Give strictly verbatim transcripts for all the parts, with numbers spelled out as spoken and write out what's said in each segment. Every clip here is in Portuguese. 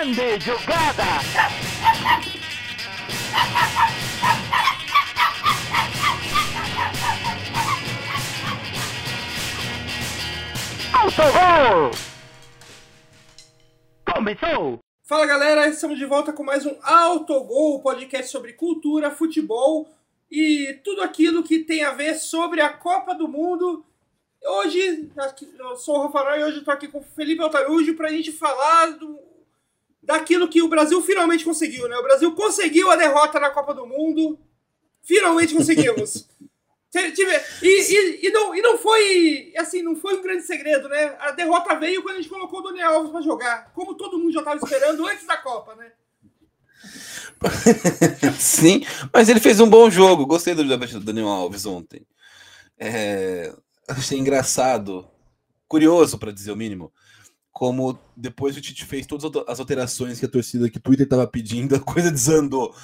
Grande jogada! Autogol! Começou! Fala galera, estamos de volta com mais um Autogol, podcast sobre cultura, futebol e tudo aquilo que tem a ver sobre a Copa do Mundo. Hoje, eu sou o Rafael e hoje estou aqui com o Felipe Altarujo para a gente falar do, daquilo que o Brasil finalmente conseguiu, né? O Brasil conseguiu a derrota na Copa do Mundo, finalmente conseguimos. E, e, e, não, e não foi assim, não foi um grande segredo, né? A derrota veio quando a gente colocou o Daniel Alves para jogar, como todo mundo já estava esperando antes da Copa, né? Sim, mas ele fez um bom jogo. Gostei do Daniel Alves ontem. É, achei engraçado, curioso para dizer o mínimo, como depois o Tite fez todas as alterações que a torcida, que o Twitter estava pedindo, a coisa desandou.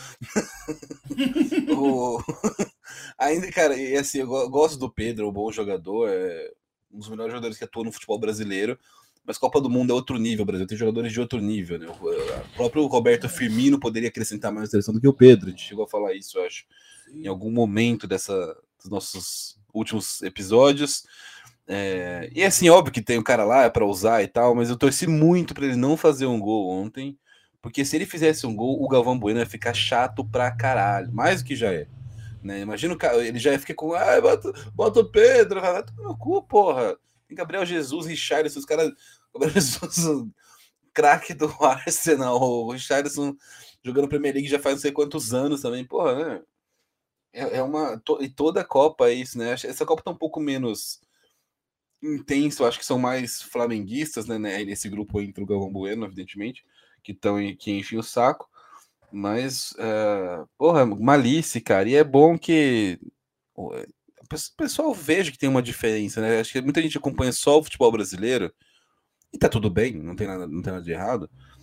o... Ainda, cara, e assim, eu gosto do Pedro, um bom jogador, é um dos melhores jogadores que atuam no futebol brasileiro, mas Copa do Mundo é outro nível, Brasil tem jogadores de outro nível, né? O próprio Roberto Firmino poderia acrescentar mais seleção do que o Pedro, a gente chegou a falar isso, eu acho, em algum momento dessa, dos nossos últimos episódios. É, e assim, óbvio que tem o cara lá para usar e tal, mas eu torci muito para ele não fazer um gol ontem, porque se ele fizesse um gol, o Galvão Bueno ia ficar chato pra caralho, mais do que já é. Né? Imagina o cara, ele já fica com, ah, bota, bota o Pedro, vai tomar no cu, porra. Tem Gabriel Jesus, Richarlison, os caras, Gabriel Jesus, craque do Arsenal, o Richarlison jogando Premier League já faz não sei quantos anos também, porra, né? É, é uma, to, e toda a Copa é isso, né? Essa Copa tá um pouco menos intenso, acho que são mais flamenguistas, né, né? Nesse grupo entre o Galvão Bueno, evidentemente, que estão que enchem o saco. Mas, uh, porra, malícia, cara. E é bom que o pessoal veja que tem uma diferença, né? Acho que muita gente acompanha só o futebol brasileiro e tá tudo bem, não tem nada, não tem nada de errado.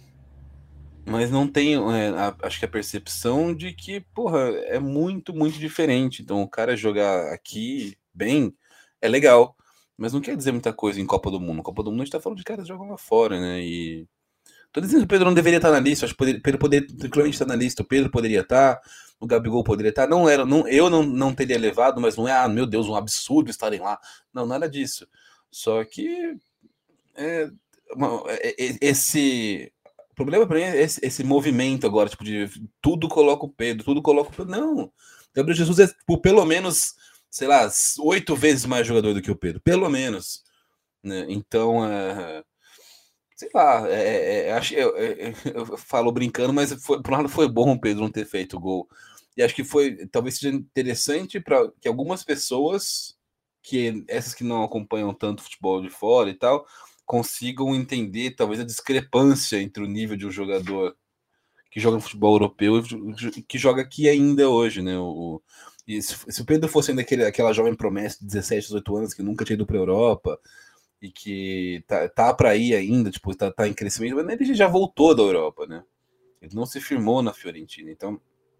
Mas não tem, é, a, acho que a percepção de que, porra, é muito, muito diferente. Então, o cara jogar aqui bem é legal, mas não quer dizer muita coisa em Copa do Mundo. Copa do Mundo a gente tá falando de caras que jogam lá fora, né? E tô dizendo que o Pedro não deveria estar na lista, acho que o Pedro poderia tranquilamente estar na lista, o Pedro poderia estar, o Gabigol poderia estar, não era, não, eu não, não teria levado, mas não é, ah, meu Deus, um absurdo estarem lá, não, nada disso, só que é, uma, é, é, esse, o problema para mim é esse, esse movimento agora, tipo, de tudo coloca o Pedro, tudo coloca o Pedro, não, Gabriel Jesus é, tipo, pelo menos, sei lá, oito vezes mais jogador do que o Pedro, pelo menos, né, então, é... Sei lá, é, é, acho, eu, eu, eu falo brincando, mas foi, por um lado foi bom o Pedro não ter feito o gol. E acho que foi, talvez seja interessante para que algumas pessoas, que essas que não acompanham tanto futebol de fora e tal, consigam entender talvez a discrepância entre o nível de um jogador que joga no futebol europeu e que joga aqui ainda hoje, né? O, e se, se o Pedro fosse ainda aquele, aquela jovem promessa de dezessete, dezoito anos que nunca tinha ido para a Europa e que tá, tá para ir ainda, tipo, tá, tá em crescimento, mas ele já voltou da Europa, né? Ele não se firmou na Fiorentina, então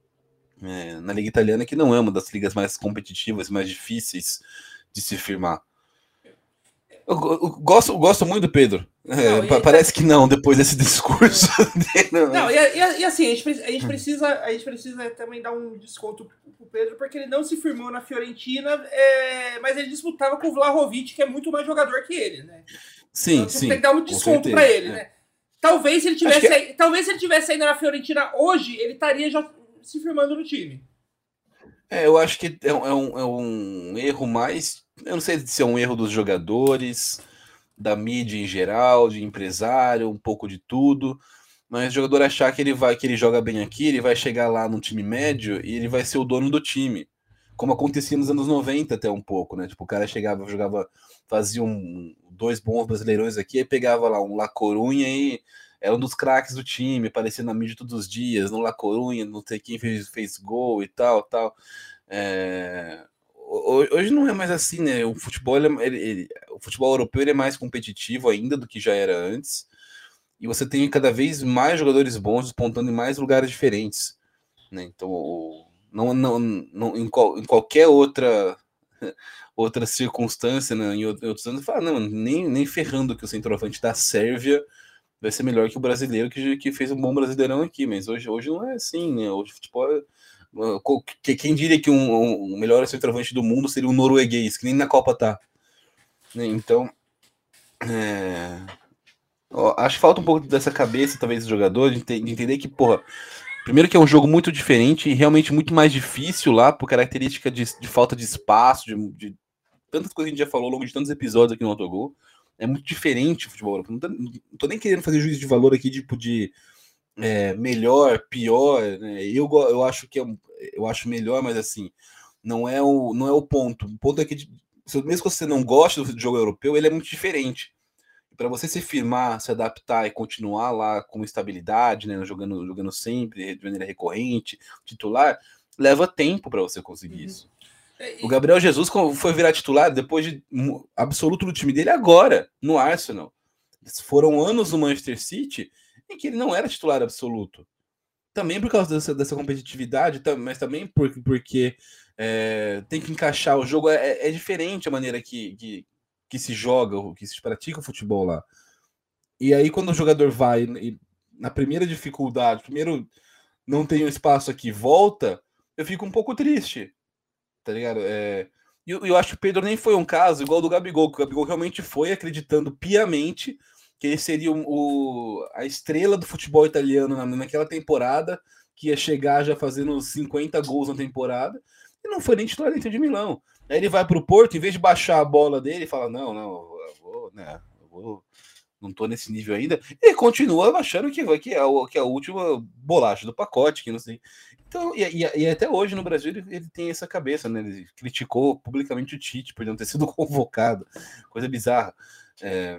é, na Liga Italiana, que não é uma das ligas mais competitivas, mais difíceis de se firmar. Eu, eu gosto, eu gosto muito do Pedro. É, não, parece tá... que não, depois desse discurso dele. Não, não e, e, e assim, a gente, a, gente precisa, a gente precisa também dar um desconto pro Pedro, porque ele não se firmou na Fiorentina, é, mas ele disputava com o Vlahovic, que é muito mais jogador que ele, né? Sim, então, sim. Tem que dar um desconto para ele, é. né? Talvez se ele tivesse, que... aí, talvez se ele tivesse ainda na Fiorentina hoje, ele estaria já se firmando no time. É, eu acho que é um, é um, é um erro mais... Eu não sei se é um erro dos jogadores, da mídia em geral, de empresário, um pouco de tudo, mas o jogador achar que ele vai, que ele joga bem aqui, ele vai chegar lá num time médio e ele vai ser o dono do time, como acontecia nos anos noventa até um pouco, né? Tipo, o cara chegava, jogava, fazia um, dois bons brasileirões aqui, aí pegava lá um La Corunha e era um dos craques do time, aparecia na mídia todos os dias, no La Corunha, não sei quem fez, fez gol e tal, tal. É... Hoje não é mais assim, né? O futebol, ele, ele, o futebol europeu ele é mais competitivo ainda do que já era antes. E você tem cada vez mais jogadores bons despontando em mais lugares diferentes, né? Então, não, não, não, em, qual, em qualquer outra outra circunstância, né? Em outros anos, fala, não, nem, nem ferrando que o centroavante da Sérvia vai ser melhor que o brasileiro que, que fez um bom Brasileirão aqui, mas hoje, hoje não é assim, né? Hoje o futebol é, quem diria que um, um melhor centroavante do mundo seria um norueguês, que nem na Copa tá. Então, é, ó, acho que falta um pouco dessa cabeça, talvez, do jogador, de, de entender que, porra, primeiro que é um jogo muito diferente e realmente muito mais difícil lá, por característica de, de falta de espaço, de, de tantas coisas que a gente já falou ao longo de tantos episódios aqui no Autogol. É muito diferente o futebol. Não tô, não tô nem querendo fazer juízo de valor aqui, tipo, de é, melhor, pior. Né? Eu, eu acho que é, eu acho melhor, mas assim, não é o, não é o ponto. O ponto é que, mesmo que você não goste do jogo europeu, ele é muito diferente. Para você se firmar, se adaptar e continuar lá com estabilidade, né, jogando, jogando sempre, de maneira recorrente, titular, leva tempo para você conseguir uhum. isso. O Gabriel Jesus foi virar titular depois de absoluto do time dele agora, no Arsenal. Foram anos no Manchester City em que ele não era titular absoluto. Também por causa dessa, dessa competitividade, mas também porque, porque é, tem que encaixar o jogo. É, é diferente a maneira que, que, que se joga, que se pratica o futebol lá. E aí quando o jogador vai e, na primeira dificuldade, primeiro não tem um espaço aqui, volta, eu fico um pouco triste. Tá ligado? É... E eu, eu acho que o Pedro nem foi um caso igual do Gabigol, que o Gabigol realmente foi acreditando piamente que ele seria o, o, a estrela do futebol italiano na, naquela temporada, que ia chegar já fazendo cinquenta gols na temporada, e não foi nem titular dentro de Milão. Aí ele vai pro Porto, em vez de baixar a bola dele, e fala, não, não, eu vou, né, eu vou, não tô nesse nível ainda, e continua achando que, que, é, o, que é a última bolacha do pacote, que não sei. Então, e, e, e até hoje no Brasil ele, ele tem essa cabeça, né? Ele criticou publicamente o Tite por não ter sido convocado, coisa bizarra. É,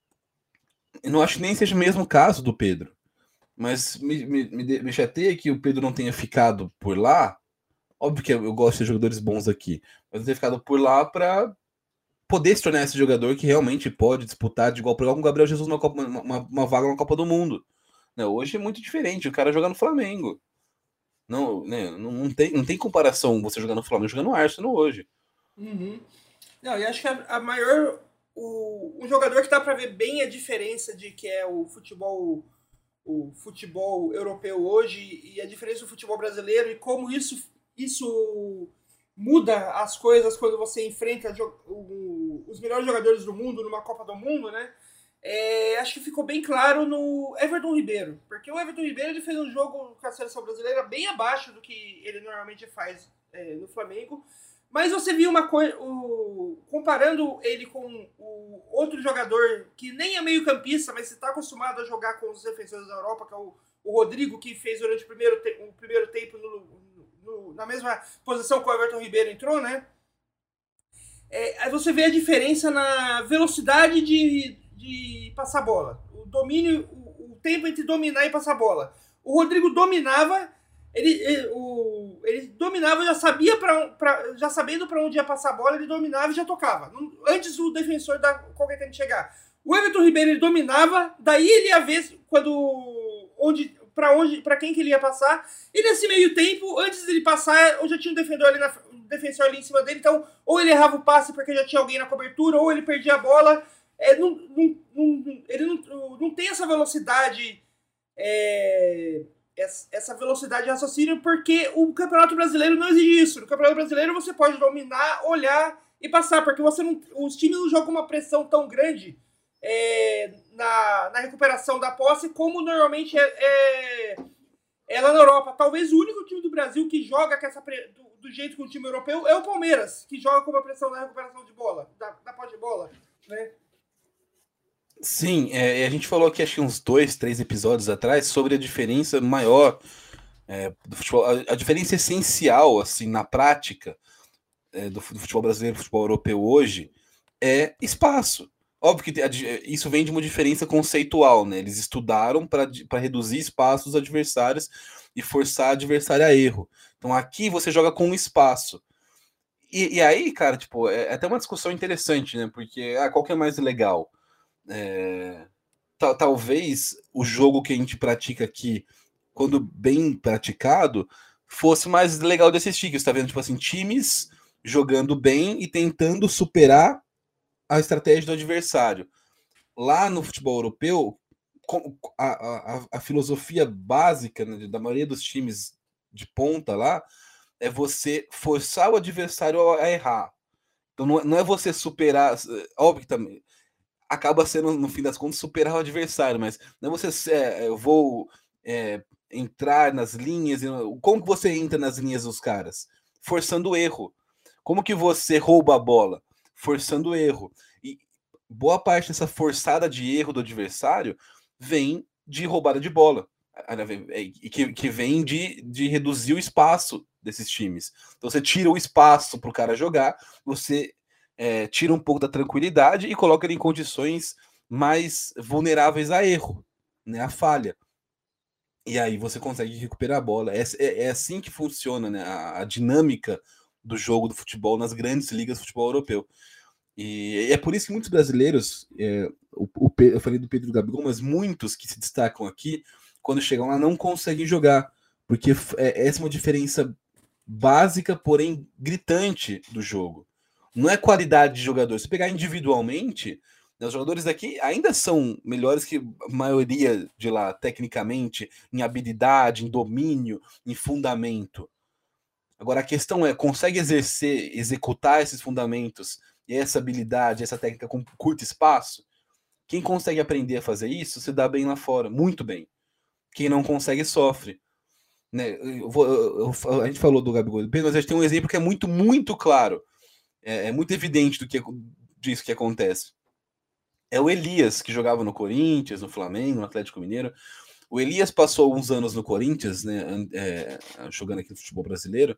eu não acho que nem seja o mesmo caso do Pedro, mas me, me, me, me chateia que o Pedro não tenha ficado por lá. Óbvio que eu, eu gosto de jogadores bons aqui, mas não ter ficado por lá para poder se tornar esse jogador que realmente pode disputar de igual para igual com o Gabriel Jesus uma, Copa, uma, uma vaga na Copa do Mundo. Né? Hoje é muito diferente, o cara joga no Flamengo. Não, né, não, não, tem, não tem comparação você jogar no Flamengo jogando no Arsenal hoje. Uhum. Não, e acho que a, a maior... O, um jogador que dá para ver bem a diferença de que é o futebol, o futebol europeu hoje e a diferença do futebol brasileiro e como isso, isso muda as coisas quando você enfrenta o, os melhores jogadores do mundo numa Copa do Mundo, né? É, acho que ficou bem claro no Everton Ribeiro, porque o Everton Ribeiro ele fez um jogo com a seleção brasileira bem abaixo do que ele normalmente faz é, no Flamengo, mas você viu uma coisa, comparando ele com o outro jogador que nem é meio campista, mas está acostumado a jogar com os defensores da Europa, que é o, o Rodrigo, que fez durante o primeiro, te, o primeiro tempo no, no, na mesma posição que o Everton Ribeiro entrou, né? É, aí você vê a diferença na velocidade de de passar bola, o domínio, o, o tempo entre dominar e passar bola. O Rodrigo dominava, ele, ele, o, ele dominava, já sabia para, para já sabendo para onde ia passar a bola, ele dominava e já tocava, antes do defensor da qualquer tempo chegar. O Everton Ribeiro ele dominava, daí ele ia ver quando onde para onde, para quem que ele ia passar, e nesse meio tempo, antes dele passar, eu já tinha um defensor ali na um defensor ali em cima dele, então ou ele errava o passe porque já tinha alguém na cobertura, ou ele perdia a bola. É, não, não, não, ele não, não tem essa velocidade é, essa velocidade de raciocínio porque o Campeonato Brasileiro não exige isso. No Campeonato Brasileiro você pode dominar, olhar e passar, porque você não, os times não jogam uma pressão tão grande é, na, na recuperação da posse como normalmente é, é, é lá na Europa. Talvez o único time do Brasil que joga com essa, do, do jeito que o time europeu é o Palmeiras, que joga com uma pressão na recuperação de bola, da, da posse de bola, né? Sim, é, a gente falou aqui acho que uns dois, três episódios atrás sobre a diferença maior é, do futebol, a, a diferença essencial assim na prática é, do, do futebol brasileiro, do futebol europeu hoje é espaço. Óbvio que a, isso vem de uma diferença conceitual, né? Eles estudaram para reduzir espaços dos adversários e forçar o adversário a erro. Então aqui você joga com um espaço. E, e aí, cara, tipo, é até uma discussão interessante, né? Porque ah, qual que é mais legal? É, tal, talvez o jogo que a gente pratica aqui, quando bem praticado, fosse mais legal de assistir, que você tá vendo, tipo assim, times jogando bem e tentando superar a estratégia do adversário. Lá no futebol europeu, a, a, a filosofia básica, né, da maioria dos times de ponta lá é você forçar o adversário a errar. Então não é, não é você superar, óbvio que também acaba sendo, no fim das contas, superar o adversário, mas não é você, é, eu vou é, entrar nas linhas, como que você entra nas linhas dos caras? Forçando o erro. Como que você rouba a bola? Forçando o erro. E boa parte dessa forçada de erro do adversário vem de roubada de bola. E que, que vem de, de reduzir o espaço desses times. Então você tira o espaço para o cara jogar, você é, tira um pouco da tranquilidade e coloca ele em condições mais vulneráveis a erro, né, a falha. E aí você consegue recuperar a bola. É, é, é assim que funciona, né, a, a dinâmica do jogo do futebol nas grandes ligas do futebol europeu. E é por isso que muitos brasileiros, é, o, o, eu falei do Pedro Gabigol, mas muitos que se destacam aqui, quando chegam lá, não conseguem jogar, porque é, essa é uma diferença básica, porém gritante do jogo. Não é qualidade de jogador. Se pegar individualmente, né, os jogadores daqui ainda são melhores que a maioria de lá, tecnicamente, em habilidade, em domínio, em fundamento. Agora a questão é, consegue exercer, executar esses fundamentos e essa habilidade, essa técnica com curto espaço? Quem consegue aprender a fazer isso se dá bem lá fora, muito bem. Quem não consegue sofre. Né? Eu vou, eu, eu, a gente falou do Gabigol, mas a gente tem um exemplo que é muito, muito claro. É, é muito evidente do que, disso que acontece. É o Elias, que jogava no Corinthians, no Flamengo, no Atlético Mineiro. O Elias passou alguns anos no Corinthians, né, é, jogando aqui no futebol brasileiro,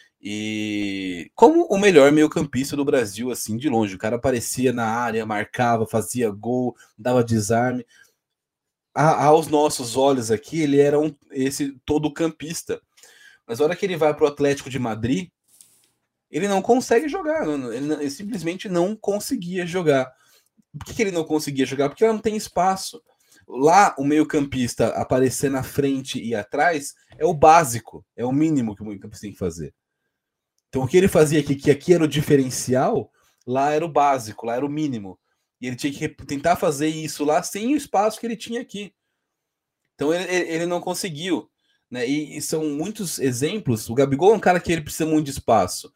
e como o melhor meio-campista do Brasil, assim, de longe. O cara aparecia na área, marcava, fazia gol, dava desarme. A, aos nossos olhos aqui, ele era um, esse todo campista. Mas a hora que ele vai para o Atlético de Madrid, ele não consegue jogar. Ele, ele simplesmente não conseguia jogar. Por que, que ele não conseguia jogar? Porque ela não tem espaço. Lá, o meio-campista aparecer na frente e atrás é o básico, é o mínimo que o meio-campista tem que fazer. Então, o que ele fazia aqui, que aqui era o diferencial, lá era o básico, lá era o mínimo. E ele tinha que tentar fazer isso lá sem o espaço que ele tinha aqui. Então, ele, ele não conseguiu. Né? E, e são muitos exemplos. O Gabigol é um cara que ele precisa muito de espaço.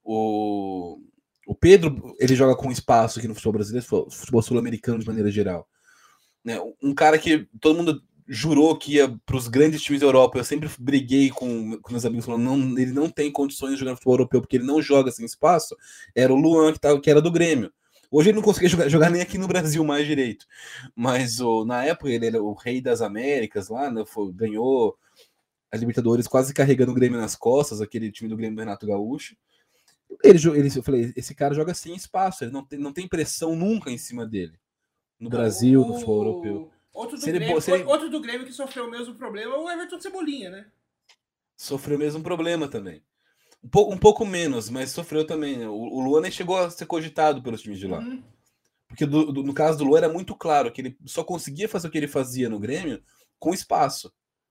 O, o Pedro, ele joga com espaço aqui no futebol brasileiro, futebol sul-americano de maneira geral. Né? Um cara que todo mundo jurou que ia para os grandes times da Europa. Eu sempre briguei com, com meus amigos falando não, ele não tem condições de jogar no futebol europeu porque ele não joga sem espaço. Era o Luan, que, tava, que era do Grêmio. Hoje ele não conseguia jogar, jogar nem aqui no Brasil mais direito. Mas oh, na época ele era o rei das Américas lá, né? Foi, ganhou a Libertadores quase carregando o Grêmio nas costas, aquele time do Grêmio do Renato Gaúcho. Ele, ele, eu falei, esse cara joga sem espaço, ele não tem, não tem pressão nunca em cima dele. No não, Brasil, o... no futebol europeu. Outro do, Grêmio, ele... outro do Grêmio que sofreu o mesmo problema é o Everton Cebolinha, né? Sofreu o mesmo problema também. Um pouco, um pouco menos, mas sofreu também. Né? O, o Luan nem chegou a ser cogitado pelos times de lá. Uhum. Porque do, do, no caso do Luan era muito claro que ele só conseguia fazer o que ele fazia no Grêmio com espaço.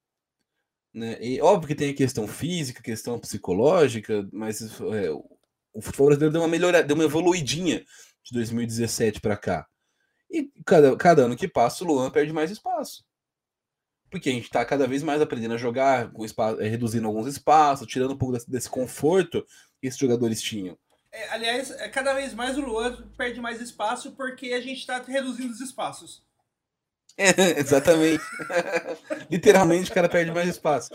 Né? E óbvio que tem a questão física, questão psicológica, mas é, o futebol brasileiro deu uma melhorada, deu uma evoluidinha de dois mil e dezessete para cá. E cada, cada ano que passa, o Luan perde mais espaço. Porque a gente está cada vez mais aprendendo a jogar, com espaço, reduzindo alguns espaços, tirando um pouco desse, desse conforto que esses jogadores tinham. É, aliás, cada vez mais o Luan perde mais espaço porque a gente está reduzindo os espaços. É, exatamente. Literalmente o cara perde mais espaço.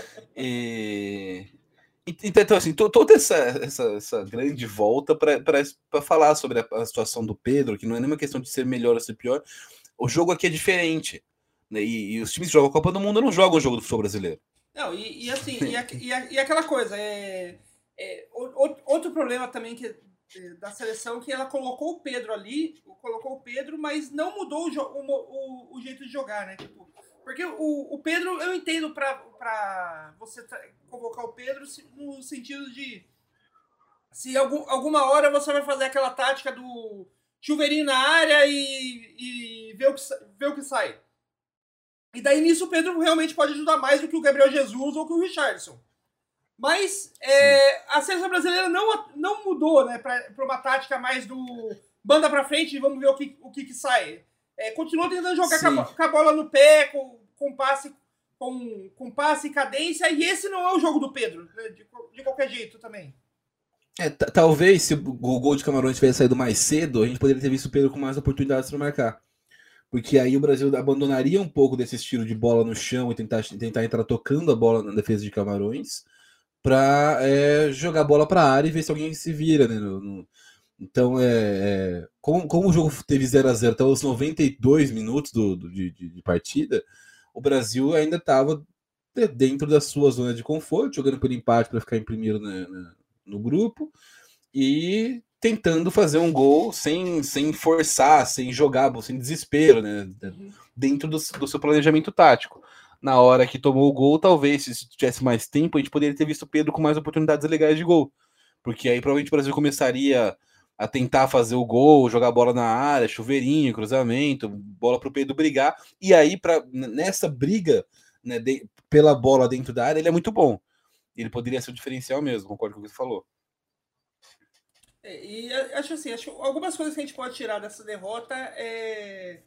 E... Então, assim, toda essa, essa, essa grande volta para falar sobre a, a situação do Pedro, que não é nenhuma questão de ser melhor ou ser pior, o jogo aqui é diferente. Né? E, e os times que jogam a Copa do Mundo não jogam o jogo do futebol brasileiro. Não, e, e assim, e, a, e, a, e aquela coisa, é, é, outro problema também que, é, da seleção que ela colocou o Pedro ali, colocou o Pedro, mas não mudou o, o, o, o jeito de jogar, né? Tipo, porque o, o Pedro, eu entendo para você convocar o Pedro no sentido de se algum, alguma hora você vai fazer aquela tática do chuveirinho na área e, e ver, o que, ver o que sai. E daí nisso o Pedro realmente pode ajudar mais do que o Gabriel Jesus ou que o Richarlison. Mas é, a seleção brasileira não, não mudou, né, para uma tática mais do banda para frente e vamos ver o que, o que, que sai. É, continuou tentando jogar Sim. com a, com a bola no pé, com, com, passe, com, com passe e cadência, e esse não é o jogo do Pedro, né? de, de qualquer jeito também. É, t- talvez se o gol de Camarões tivesse saído mais cedo, a gente poderia ter visto o Pedro com mais oportunidades para marcar. Porque aí o Brasil abandonaria um pouco desse estilo de bola no chão e tentar, tentar entrar tocando a bola na defesa de Camarões para é, jogar a bola para a área e ver se alguém se vira, né? No, no... Então, é, é... Como, como o jogo teve zero a zero até os noventa e dois minutos do, do, de, de partida, o Brasil ainda estava dentro da sua zona de conforto, jogando por empate para ficar em primeiro na, na, no grupo e tentando fazer um gol sem, sem forçar, sem jogar, sem desespero, né? Dentro do, do seu planejamento tático. Na hora que tomou o gol, talvez, se tivesse mais tempo, a gente poderia ter visto o Pedro com mais oportunidades legais de gol. Porque aí provavelmente o Brasil começaria a tentar fazer o gol, jogar a bola na área, chuveirinho, cruzamento, bola para o Pedro brigar. E aí, pra, nessa briga, né, de, pela bola dentro da área, ele é muito bom. Ele poderia ser o diferencial mesmo, concordo com o que você falou. E acho assim, acho algumas coisas que a gente pode tirar dessa derrota é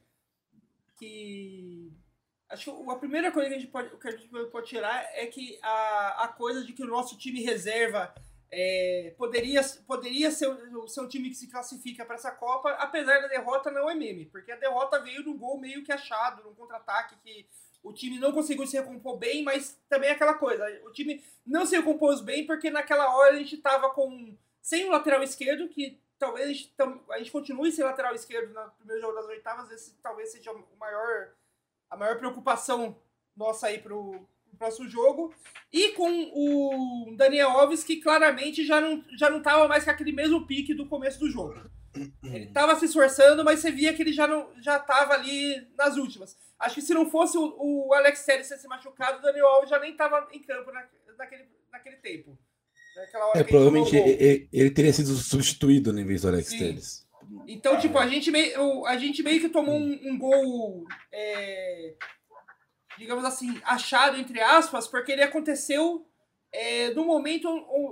que acho que a primeira coisa que a gente pode, que a gente pode tirar é que a, a coisa de que o nosso time reserva é, poderia, poderia ser, ser um time que se classifica para essa Copa, apesar da derrota não é meme, porque a derrota veio num gol meio que achado, num contra-ataque que o time não conseguiu se recompor bem, mas também é aquela coisa, o time não se recompôs bem porque naquela hora a gente estava com sem o lateral esquerdo, que talvez a gente, a gente continue sem lateral esquerdo no primeiro jogo das oitavas, esse talvez seja o maior, a maior preocupação nossa aí pro, pro próximo jogo. E com o Daniel Alves, que claramente já não, já não tava mais com aquele mesmo pique do começo do jogo. Ele tava se esforçando, mas você via que ele já, não, já tava ali nas últimas. Acho que se não fosse o, o Alex Telles ter se machucado, o Daniel Alves já nem tava em campo na, naquele, naquele tempo. É, provavelmente ele, ele teria sido substituído em vez do Alex Telles. Então, tipo, a gente meio, a gente meio que tomou um, um gol, é, digamos assim, achado, entre aspas, porque ele aconteceu é, no momento,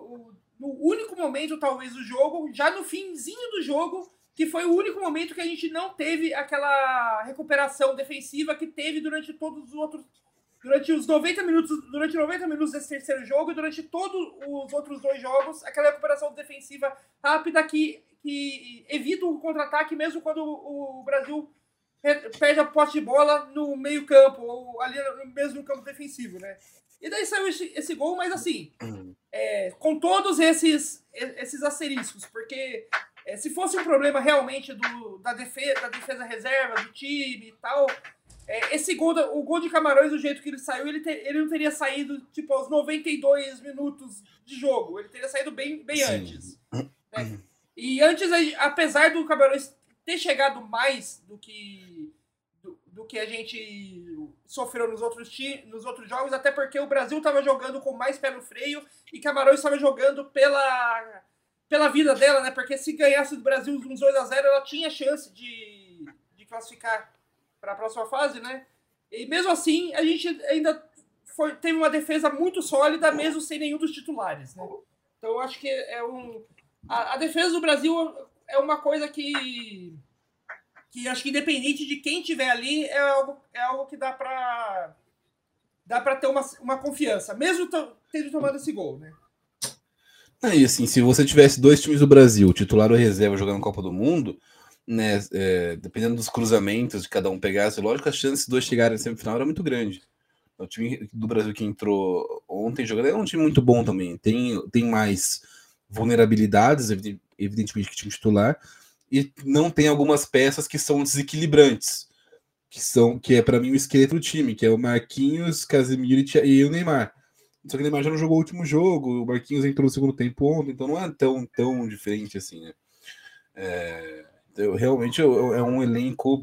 no único momento, talvez, do jogo, já no finzinho do jogo, que foi o único momento que a gente não teve aquela recuperação defensiva que teve durante todos os outros... Durante os noventa minutos, durante noventa minutos desse terceiro jogo e durante todos os outros dois jogos, aquela recuperação defensiva rápida que, que evita o contra-ataque mesmo quando o Brasil perde a posse de bola no meio campo, ou ali mesmo no campo defensivo, né? E daí saiu esse, esse gol, mas assim, é, com todos esses, esses asteriscos, porque é, se fosse um problema realmente do, da, defesa, da defesa reserva, do time e tal... É, esse gol, o gol de Camarões, do jeito que ele saiu, ele, te, ele não teria saído tipo aos noventa e dois minutos de jogo. Ele teria saído bem, bem antes. Né? E antes, apesar do Camarões ter chegado mais do que, do, do que a gente sofreu nos outros, nos outros jogos, até porque o Brasil estava jogando com mais pé no freio e Camarões estava jogando pela, pela vida dela, né? Porque se ganhasse do Brasil uns dois a zero, ela tinha chance de, de classificar para a próxima fase, né? E mesmo assim, a gente ainda foi, teve uma defesa muito sólida, mesmo sem nenhum dos titulares, né? Então, eu acho que é um... A, a defesa do Brasil é uma coisa que... que acho que independente de quem tiver ali, é algo, é algo que dá para dá para ter uma, uma confiança, mesmo to, tendo tomado esse gol, né? Aí, assim, se você tivesse dois times do Brasil, titular ou reserva, jogando Copa do Mundo... Né, é, dependendo dos cruzamentos de cada um pegasse, lógico, a chance de dois chegarem na semifinal era muito grande. O time do Brasil que entrou ontem jogando é um time muito bom também. Tem, tem mais vulnerabilidades, evidentemente, que time titular, e não tem algumas peças que são desequilibrantes, que são que é para mim o esqueleto do time, que é o Marquinhos, Casemiro e o Neymar. Só que o Neymar já não jogou o último jogo, o Marquinhos entrou no segundo tempo ontem, então não é tão, tão diferente assim, né? É... Eu, realmente eu, é um elenco,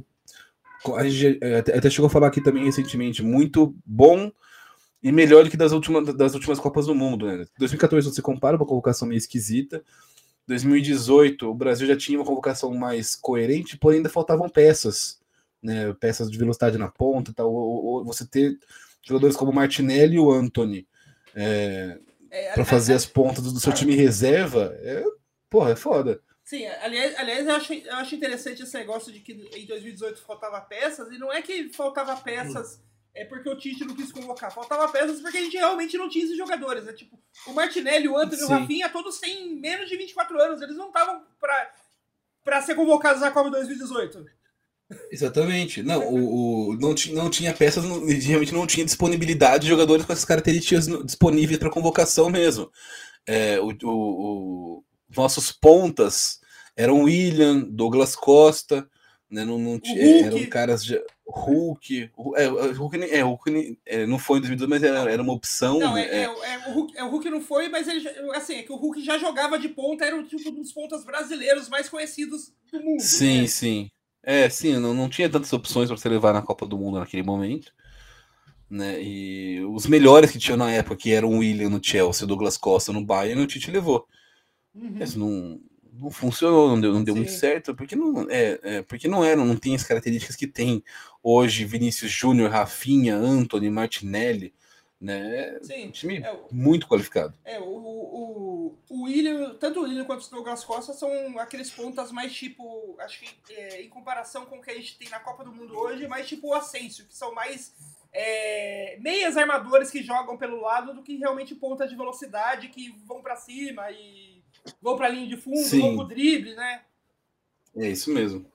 a gente até, até chegou a falar aqui também recentemente, muito bom e melhor do que das últimas, das últimas Copas do Mundo, né? dois mil e catorze você compara uma convocação meio esquisita, dois mil e dezoito o Brasil já tinha uma convocação mais coerente, porém ainda faltavam peças, né? Peças de velocidade na ponta, tal, ou, ou você ter jogadores como o Martinelli e o Antony é, é, para fazer é, as pontas do seu time reserva, é, porra, é foda. Sim, aliás, aliás eu, acho, eu acho interessante esse negócio de que em dois mil e dezoito faltava peças, e não é que faltava peças é porque o Tite não quis convocar, faltava peças porque a gente realmente não tinha esses jogadores, né? Tipo, o Martinelli, o Antony e o Rafinha, todos têm menos de vinte e quatro anos, eles não estavam pra, pra ser convocados na Copa dois mil e dezoito. Exatamente. Não, o, o, não, ti, não tinha peças, não, realmente não tinha disponibilidade de jogadores com essas características disponíveis para convocação mesmo. É, o, o, o, nossos pontas eram William, Douglas Costa, né, não, não tinha, eram caras de Hulk. É, o Hulk, é, Hulk é, não foi em dois mil e doze, mas era, era uma opção. Não, né, é, é, é, o Hulk, é, o Hulk não foi, mas ele, assim, é que o Hulk já jogava de ponta, era tipo, um dos pontas brasileiros mais conhecidos do mundo. Sim, né? sim. É, sim, não, não tinha tantas opções para você levar na Copa do Mundo naquele momento. Né? E os melhores que tinham na época, que eram o William no Chelsea, o Douglas Costa no Bayern, o Tite levou. Uhum. Mas não, não funcionou, não deu, não deu muito certo, porque não, é, é, porque não eram, não tem as características que tem hoje Vinícius Júnior, Rafinha, Antony, Martinelli, né? Sim, um time é, muito qualificado. É, o, o, o William, tanto o William quanto o Douglas Costa são aqueles pontas mais tipo, acho que é, em comparação com o que a gente tem na Copa do Mundo hoje, mais tipo o Asensio, que são mais é, meias armadores que jogam pelo lado do que realmente pontas de velocidade que vão para cima e vão para a linha de fundo, Sim. vão pro drible, né? É isso mesmo.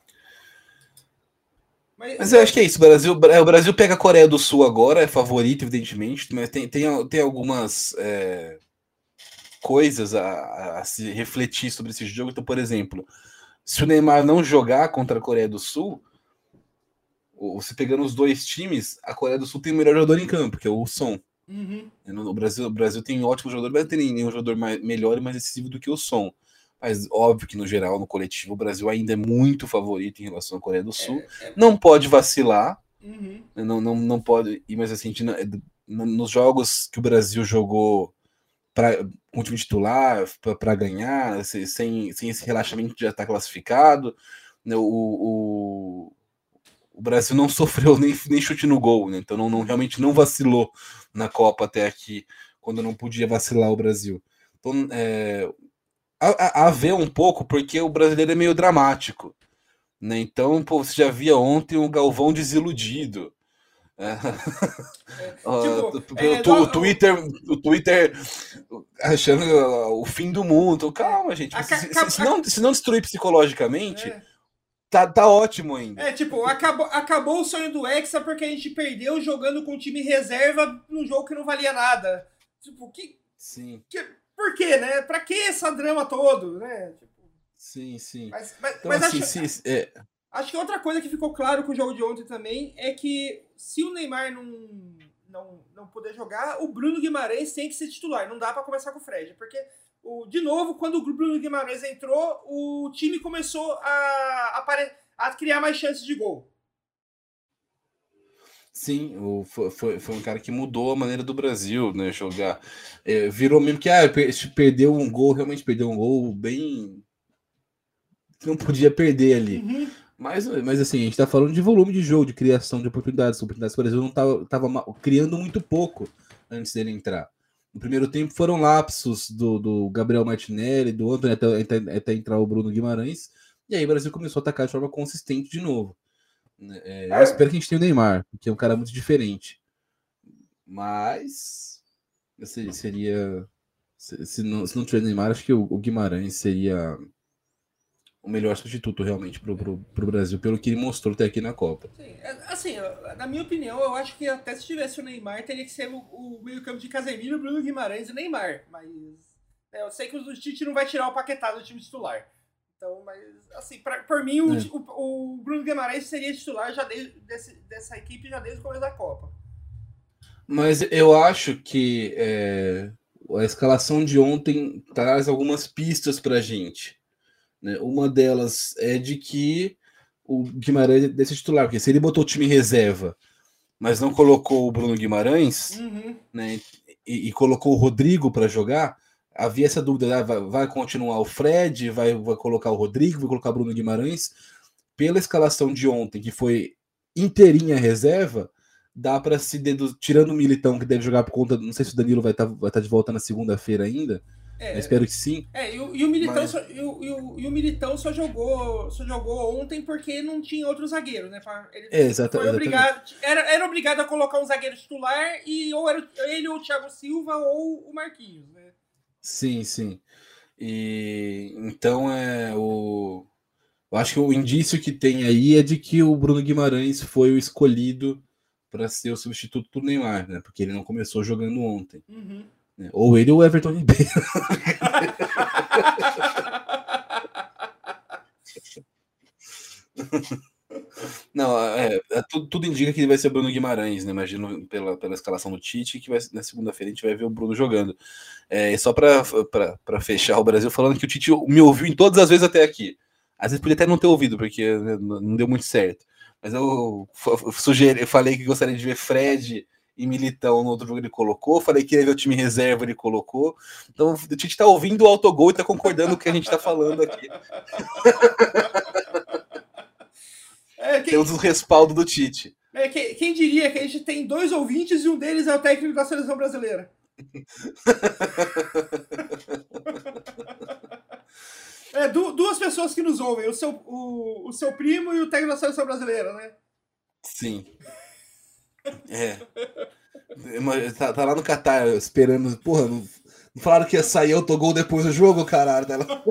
Mas, mas eu acho que é isso. O Brasil, o Brasil pega a Coreia do Sul agora, é favorito, evidentemente, mas tem, tem, tem algumas é, coisas a, a se refletir sobre esse jogo. Então, por exemplo, se o Neymar não jogar contra a Coreia do Sul, você pegando os dois times, a Coreia do Sul tem o melhor jogador em campo, que é o Son. Uhum. No Brasil, o Brasil tem ótimos jogadores, mas não tem nenhum jogador mais, melhor e mais decisivo do que o Son. Mas óbvio que no geral, no coletivo, o Brasil ainda é muito favorito em relação à Coreia do Sul. É, é... Não pode vacilar, uhum. não, não, não pode. Mas assim, nos jogos que o Brasil jogou pra, com o time titular para ganhar, sem, sem esse relaxamento de já estar classificado, né, o, o, o Brasil não sofreu nem, nem chute no gol, né, então não, não, realmente não vacilou na Copa até aqui, quando não podia vacilar o Brasil. Então, é, a, a ver um pouco, porque o brasileiro é meio dramático, né? Então, pô, você já via ontem um Galvão desiludido. É. É, tipo, é, o, o, Twitter, o Twitter achando o fim do mundo. Calma, gente. Se, se, se, não, se não destruir psicologicamente, é. tá, tá ótimo ainda. É, tipo, acabou, acabou o sonho do Hexa porque a gente perdeu jogando com o time reserva num jogo que não valia nada. Tipo, que. Sim. Que, Por quê, né? Pra que esse drama todo, né? Tipo, sim, sim. Mas, mas, então, mas assim, acho, sim, é... acho que outra coisa que ficou claro com o jogo de ontem também é que se o Neymar não, não, não puder jogar, o Bruno Guimarães tem que ser titular. Não dá pra começar com o Fred. Porque, o, de novo, quando o Bruno Guimarães entrou, o time começou a, a, a criar mais chances de gol. Sim, o, foi, foi um cara que mudou a maneira do Brasil, né, jogar. É, virou mesmo que ah, perdeu um gol, realmente perdeu um gol bem... não podia perder ali. Uhum. Mas, mas assim, a gente tá falando de volume de jogo, de criação de oportunidades. oportunidades, por exemplo, não tava, tava criando muito pouco antes dele entrar. No primeiro tempo foram lapsos do, do Gabriel Martinelli, do Antony, até, até, até entrar o Bruno Guimarães. E aí o Brasil começou a atacar de forma consistente de novo. É, eu espero que a gente tenha o Neymar, que é um cara muito diferente. Mas assim, seria. Se, se, não, se não tiver Neymar, acho que o, o Guimarães seria o melhor substituto realmente pro, pro, pro Brasil, pelo que ele mostrou até aqui na Copa. Sim, assim, na minha opinião, eu acho que até se tivesse o Neymar, teria que ser o, o meio-campo de Casemiro, Bruno Guimarães e Neymar. Mas é, eu sei que o Tite não vai tirar o Paquetá do time titular. Então, mas, assim, pra, por mim, o, é. o, o Bruno Guimarães seria titular já desde, desse, dessa equipe já desde o começo da Copa. Mas eu acho que é, a escalação de ontem traz algumas pistas pra gente. Né? Uma delas é de que o Guimarães deve ser titular, porque se ele botou o time em reserva, mas não colocou o Bruno Guimarães, uhum. né, e, e colocou o Rodrigo para jogar, havia essa dúvida, ah, vai, vai continuar o Fred, vai, vai colocar o Rodrigo, vai colocar o Bruno Guimarães. Pela escalação de ontem, que foi inteirinha reserva, dá para se dedu... tirando o Militão, que deve jogar por conta, não sei se o Danilo vai estar tá, vai tá de volta na segunda-feira ainda, É, Eu espero que sim. é e, o, e o Militão Mas- só, e, o, e, o, e o Militão só jogou, só jogou ontem porque não tinha outro zagueiro, né? Pra- Ele É, exata- foi exatamente. obrigado, era, era obrigado a colocar um zagueiro titular e ou era ele ou o Thiago Silva ou o Marquinhos, né? Sim, sim. E então é o. Eu acho que o indício que tem aí é de que o Bruno Guimarães foi o escolhido para ser o substituto do Neymar, né? Porque ele não começou jogando ontem. Uhum. Né? Ou ele ou o Everton Ribeiro. Não, é, é, tudo, tudo indica que ele vai ser o Bruno Guimarães, né? Imagino pela, pela escalação do Tite, que vai, na segunda-feira a gente vai ver o Bruno jogando. É, e só para fechar o Brasil, falando que o Tite me ouviu em todas as vezes até aqui. Às vezes podia até não ter ouvido, porque né, não deu muito certo. Mas eu, eu sugeri, eu falei que gostaria de ver Fred e Militão no outro jogo, ele colocou. Falei que ia ver o time reserva, ele colocou. Então o Tite tá ouvindo o autogol e tá concordando com o que a gente tá falando aqui. É, quem, Temos o respaldo do Tite. é, quem, quem diria que a gente tem dois ouvintes e um deles é o técnico da seleção brasileira? É, du, duas pessoas que nos ouvem, o seu, o, o seu primo e o técnico da seleção brasileira, né? Sim. É. Tá, tá lá no Catar esperando. Porra, não, não falaram que ia sair autogol depois do jogo, caralho. Tá lá.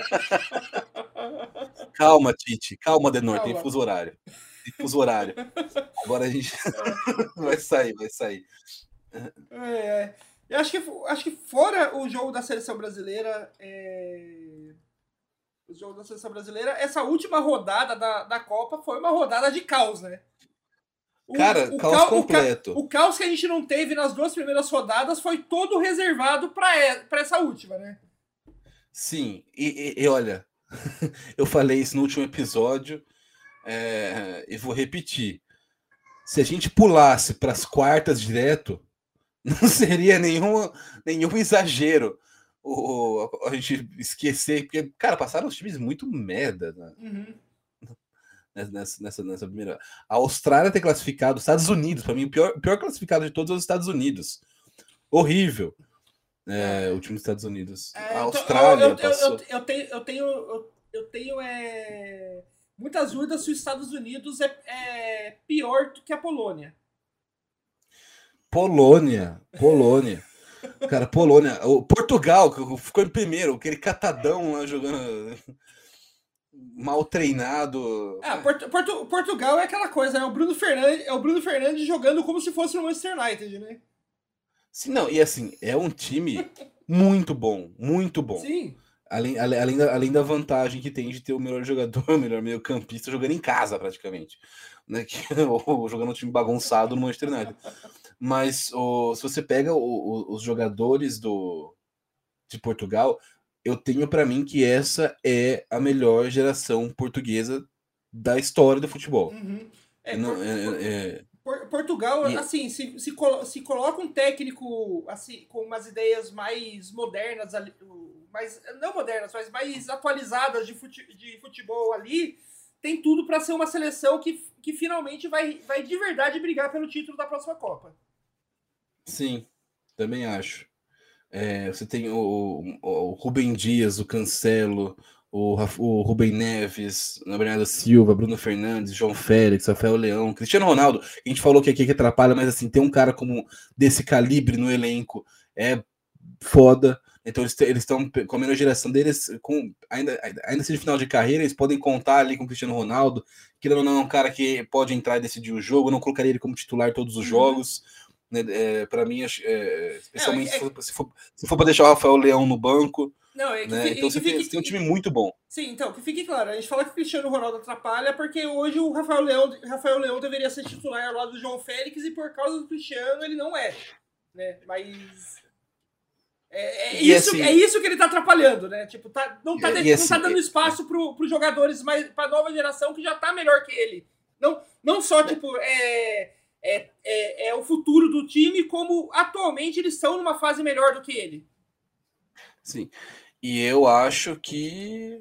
Calma, Tite. Calma, Denor. Calma. Tem fuso horário. Tem fuso horário. Agora a gente vai sair, vai sair. É, é. Eu acho que, acho que fora o jogo da seleção brasileira, é... o jogo da seleção brasileira, essa última rodada da, da Copa foi uma rodada de caos, né? O, Cara, o caos ca... completo. O, ca... o caos que a gente não teve nas duas primeiras rodadas foi todo reservado para essa última, né? Sim, e, e, e olha, eu falei isso no último episódio é, e vou repetir. Se a gente pulasse para as quartas direto, não seria nenhum, nenhum exagero o, a gente esquecer, porque, cara, passaram os times muito merda, né? Uhum. Nessa, nessa, nessa primeira. A Austrália ter classificado, os Estados Unidos, para mim, o pior, pior classificado de todos é os Estados Unidos. Horrível. É, o time dos Estados Unidos. É, a então, Austrália eu, eu, passou. eu, eu tenho, eu tenho, eu, eu tenho é, muitas dúvidas se os Estados Unidos é, é pior do que a Polônia. Polônia, Polônia. Cara, Polônia. O Portugal, que ficou em primeiro, aquele catadão lá jogando mal treinado. Ah, Portu, Portu, Portugal é aquela coisa, é o Bruno Fernandes, é o Bruno Fernandes jogando como se fosse no Manchester United, né? Sim, não, e assim, é um time muito bom, muito bom. Sim. Além, além, além, da, além da vantagem que tem de ter o melhor jogador, o melhor meio campista jogando em casa, praticamente. Né? Que, ou jogando um time bagunçado no Manchester United. Mas o, se você pega o, o, os jogadores do, de Portugal, eu tenho para mim que essa é a melhor geração portuguesa da história do futebol. Uhum. É, Não, por, é, por, é, por, Portugal, e, assim, se, se, colo, se coloca um técnico assim, com umas ideias mais modernas, ali, mais, não modernas, mas mais atualizadas de, fute, de futebol ali, tem tudo para ser uma seleção que, que finalmente vai, vai de verdade brigar pelo título da próxima Copa. Sim, também acho. É, você tem o, o, o Rubem Dias, o Cancelo, o, o Rubem Neves, Bernardo Silva, Bruno Fernandes, João Félix, Rafael Leão, Cristiano Ronaldo. A gente falou que aqui que atrapalha, mas assim, tem um cara como desse calibre no elenco é foda. Então eles estão com a melhor geração deles, com, ainda, ainda seja final de carreira, eles podem contar ali com o Cristiano Ronaldo, que não é um cara que pode entrar e decidir o jogo, eu não colocaria ele como titular todos os Uhum. jogos. É, para mim, é, especialmente é, é... se for, se for, se for para deixar o Rafael Leão no banco. Não, é que, né? que, Então que você, fique, tem, você tem um time muito bom. Sim, então, que fique claro, a gente fala que o Cristiano Ronaldo atrapalha porque hoje o Rafael Leão, Rafael Leão deveria ser titular ao lado do João Félix e por causa do Cristiano ele não é. Né? Mas. É, é, isso, assim, é isso que ele tá atrapalhando, né? Tipo, tá, não, tá, de, assim, não tá dando espaço pro, pros jogadores, mais, pra nova geração que já tá melhor que ele. Não, não só, tipo, é. É, é, é o futuro do time, como atualmente eles estão numa fase melhor do que ele. Sim. E eu acho que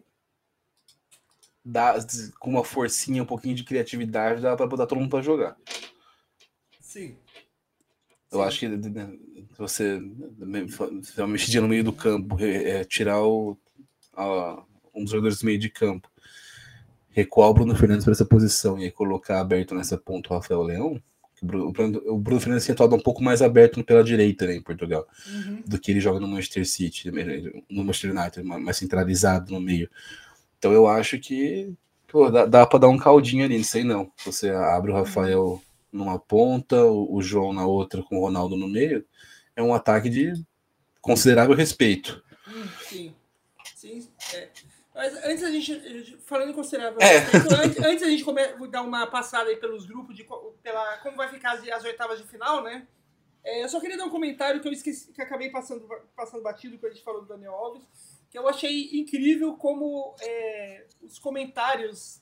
dá, com uma forcinha, um pouquinho de criatividade, dá para botar todo mundo para jogar. Sim. Eu Sim. acho que você fizer uma mexidinha no meio do campo, é, tirar o, a, um dos jogadores do meio de campo, recuar o Bruno Fernandes para essa posição e aí colocar aberto nessa ponta o Rafael Leão, o Bruno, o Bruno Fernandes tem atuado um pouco mais aberto pela direita, né, em Portugal, Uhum. do que ele joga no Manchester City, no Manchester United, mais centralizado no meio. Então eu acho que pô, dá, dá para dar um caldinho ali, não sei não. Você abre o Rafael uhum. numa ponta, o, o João na outra, com o Ronaldo no meio, é um ataque de considerável respeito. Hum, sim, sim, é. Mas antes a gente, falando em considerável é. respeito, antes, antes a gente come, dar uma passada aí pelos grupos, de pela, como vai ficar as, as oitavas de final, né? É, eu só queria dar um comentário que eu esqueci, que acabei passando, passando batido quando a gente falou do Daniel Alves, que eu achei incrível como é, os comentários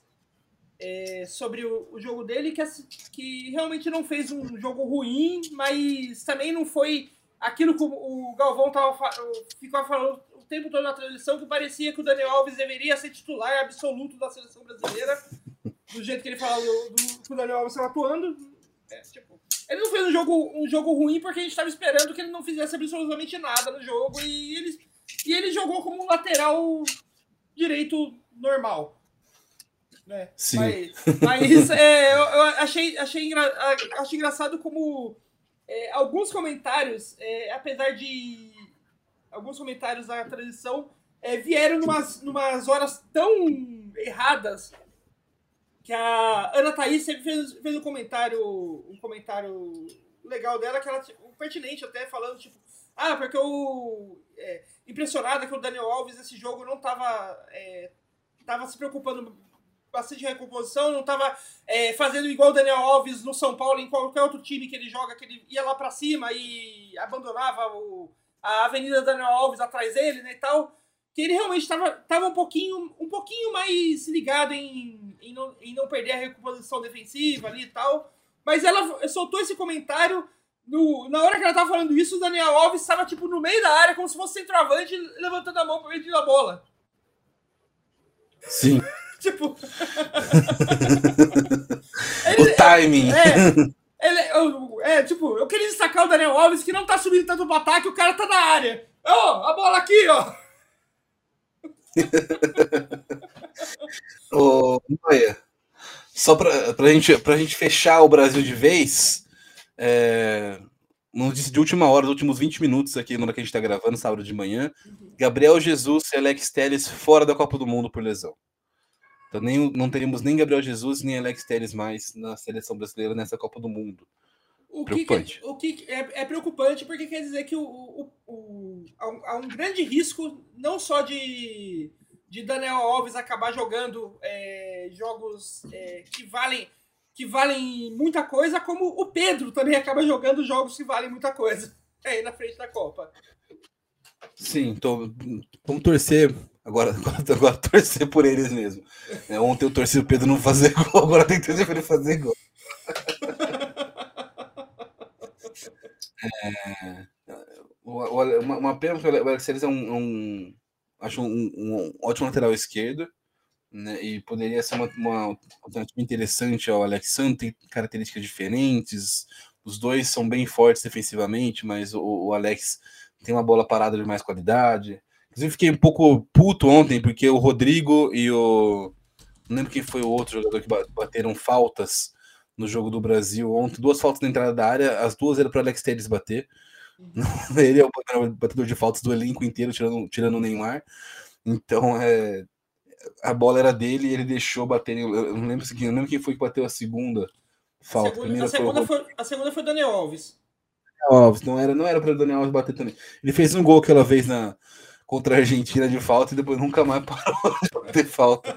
é, sobre o, o jogo dele, que, que realmente não fez um jogo ruim, mas também não foi aquilo que o Galvão tava, ficou falando o tempo todo na transmissão, que parecia que o Daniel Alves deveria ser titular absoluto da seleção brasileira, do jeito que ele falou do, do, que o Daniel Alves estava atuando. É, tipo, ele não fez um jogo, um jogo ruim porque a gente estava esperando que ele não fizesse absolutamente nada no jogo, e ele, e ele jogou como um lateral direito normal. Né? Sim. Mas, mas é, eu, eu achei, achei, engra, achei engraçado como é, alguns comentários, é, apesar de alguns comentários da transição, é, vieram numas, numas horas tão erradas que a Ana Thaís sempre fez, fez um comentário um comentário legal dela, que ela, tipo, pertinente até, falando tipo, ah, porque eu é, impressionada que o Daniel Alves nesse jogo não estava é, tava se preocupando bastante recomposição, não estava é, fazendo igual o Daniel Alves no São Paulo, em qualquer outro time que ele joga, que ele ia lá para cima e abandonava o, a Avenida Daniel Alves atrás dele, né, e tal, que ele realmente estava tava um pouquinho um pouquinho mais ligado em, em, não, em não perder a recomposição defensiva ali e tal, mas ela soltou esse comentário no, na hora que ela estava falando isso, o Daniel Alves estava tipo no meio da área, como se fosse centroavante, levantando a mão para pedir a bola. Sim. Tipo... ele, o timing. É, ele, é, é, tipo, eu queria destacar o Daniel Alves, que não tá subindo tanto pro ataque, o cara tá na área. Ó, oh, a bola aqui, ó. Ô, Noia, só pra, pra, gente, pra gente fechar o Brasil de vez, é, notícia de última hora, dos últimos vinte minutos aqui, na hora que a gente tá gravando, sábado de manhã, uhum. Gabriel Jesus e Alex Telles fora da Copa do Mundo por lesão. Então nem, não teríamos nem Gabriel Jesus nem Alex Telles mais na seleção brasileira nessa Copa do Mundo. O preocupante. Que, o que é, é preocupante porque quer dizer que o, o, o, há, um, há um grande risco, não só de, de Daniel Alves acabar jogando é, jogos é, que, valem, que valem muita coisa, como o Pedro também acaba jogando jogos que valem muita coisa aí na frente da Copa. Sim, então vamos torcer. Agora, agora, agora torcer por eles mesmo. É, ontem eu torci o Pedro não fazer gol, agora tem que torcer para ele fazer gol. É, uma, uma pena, porque o Alex Telles é um, um, acho um, um ótimo lateral esquerdo, né, e poderia ser uma, uma alternativa interessante ao Alex Santos, tem características diferentes, os dois são bem fortes defensivamente, mas o, o Alex tem uma bola parada de mais qualidade. Inclusive, fiquei um pouco puto ontem, porque o Rodrigo e o... Não lembro quem foi o outro jogador que bateram faltas no jogo do Brasil ontem. Duas faltas na entrada da área, as duas eram para o Alex Telles bater. Uhum. Ele é o batedor de faltas do elenco inteiro, tirando, tirando o Neymar. Então, é... a bola era dele e ele deixou bater. Eu não lembro, eu não lembro quem foi que bateu a segunda falta. A segunda, a segunda, foi, foi, a segunda foi Daniel Alves. Alves, não era, não era para o Daniel Alves bater também. Ele fez um gol aquela vez na... contra a Argentina de falta e depois nunca mais parou de bater falta.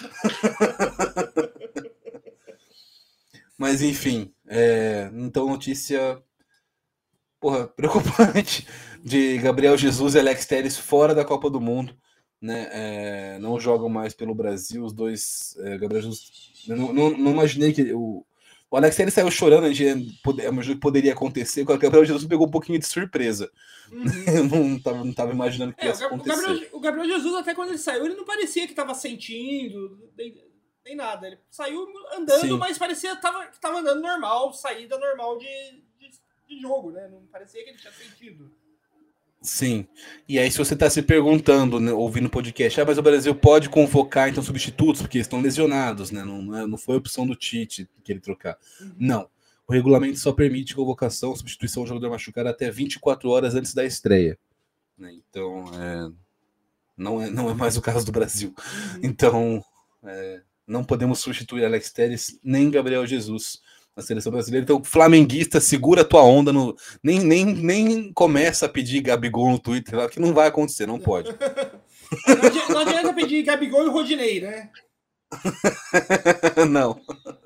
Mas enfim, é, então notícia porra, preocupante de Gabriel Jesus e Alex Telles fora da Copa do Mundo, né? É, não jogam mais pelo Brasil, os dois. É, Gabriel Jesus, não, não, não imaginei que o, o Alex Telles saiu chorando, a gente imaginou que poderia acontecer, o Gabriel Jesus pegou um pouquinho de surpresa. Uhum. Eu não estava não tava imaginando que é, ia o acontecer. Gabriel, o Gabriel Jesus, até quando ele saiu, ele não parecia que estava sentindo, nem, nem nada. Ele saiu andando, Sim. mas parecia que estava andando normal, saída normal de, de, de jogo, né? Não parecia que ele tinha sentido. Sim. E aí, se você está se perguntando, né, ouvindo o podcast, ah, mas o Brasil pode convocar então substitutos, porque eles estão lesionados, né? Não, não, é, não foi a opção do Tite que ele trocar. Uhum. Não. O regulamento só permite convocação, substituição de jogador machucado até vinte e quatro horas antes da estreia. Né? Então, é, não, é, não é mais o caso do Brasil. Uhum. Então, é, não podemos substituir Alex Telles nem Gabriel Jesus na seleção brasileira. Então, flamenguista, segura a tua onda. No, nem, nem, nem começa a pedir Gabigol no Twitter, lá, que não vai acontecer, não pode. Não adianta, não adianta pedir Gabigol e Rodinei, né? Não.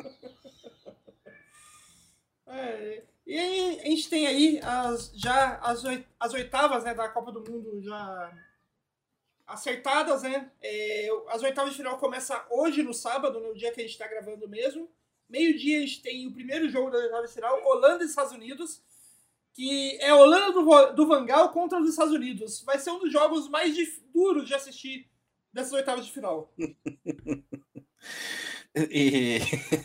É, e aí, a gente tem aí as, já as, as oitavas, né, da Copa do Mundo já acertadas, né? É, as oitavas de final começam hoje, no sábado, no dia que a gente está gravando mesmo. Meio-dia a gente tem o primeiro jogo da oitava de final, Holanda e Estados Unidos, que é a Holanda do, do Van Gaal contra os Estados Unidos. Vai ser um dos jogos mais dif- duros de assistir dessas oitavas de final. E...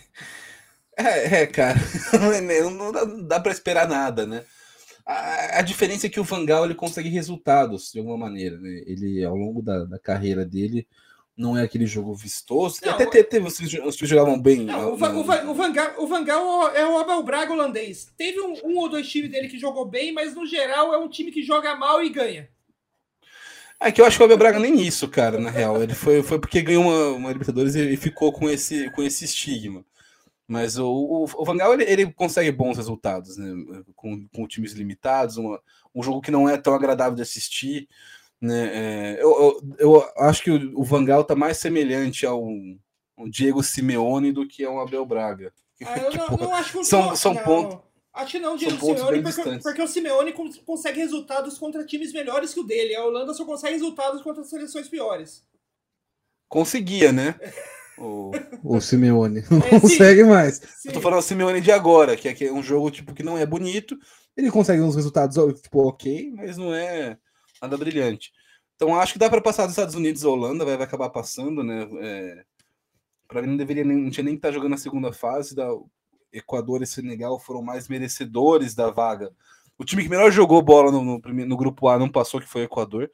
É, é, cara, não dá, não dá pra esperar nada, né? A, a diferença é que o Van Gaal ele consegue resultados, de alguma maneira, né? Ele, ao longo da, da carreira dele, não é aquele jogo vistoso. Não, até teve, teve os que jogavam bem. Não, no, o, Van, o, Van, o, Van Gaal, o Van Gaal é o Abel Braga holandês. Teve um, um ou dois times dele que jogou bem, mas no geral é um time que joga mal e ganha. É que eu acho que o Abel Braga nem isso, cara, na real. Ele foi, foi porque ganhou uma, uma Libertadores e ficou com esse, com esse estigma. Mas o, o, o Van Gaal, ele, ele consegue bons resultados, né? Com, com times limitados, uma, um jogo que não é tão agradável de assistir, né? É, eu, eu, eu acho que o, o Van Gaal tá mais semelhante ao, ao Diego Simeone do que ao Abel Braga. Ah, eu tipo, não, não acho que são, são não. pontos. Acho que não, Diego Simeone, porque, porque o Simeone consegue resultados contra times melhores que o dele. A Holanda só consegue resultados contra seleções piores. Conseguia, né? O, o Simeone não é, consegue mais. Sim. Eu tô falando do Simeone de agora, que é, que é um jogo tipo, que não é bonito. Ele consegue uns resultados tipo, ok, mas não é nada brilhante. Então acho que dá para passar dos Estados Unidos a Holanda, vai, vai acabar passando, né? É, para mim não deveria nem, não tinha nem que estar tá jogando a segunda fase. Da Equador e Senegal foram mais merecedores da vaga. O time que melhor jogou bola no, no, no grupo A não passou, que foi o Equador.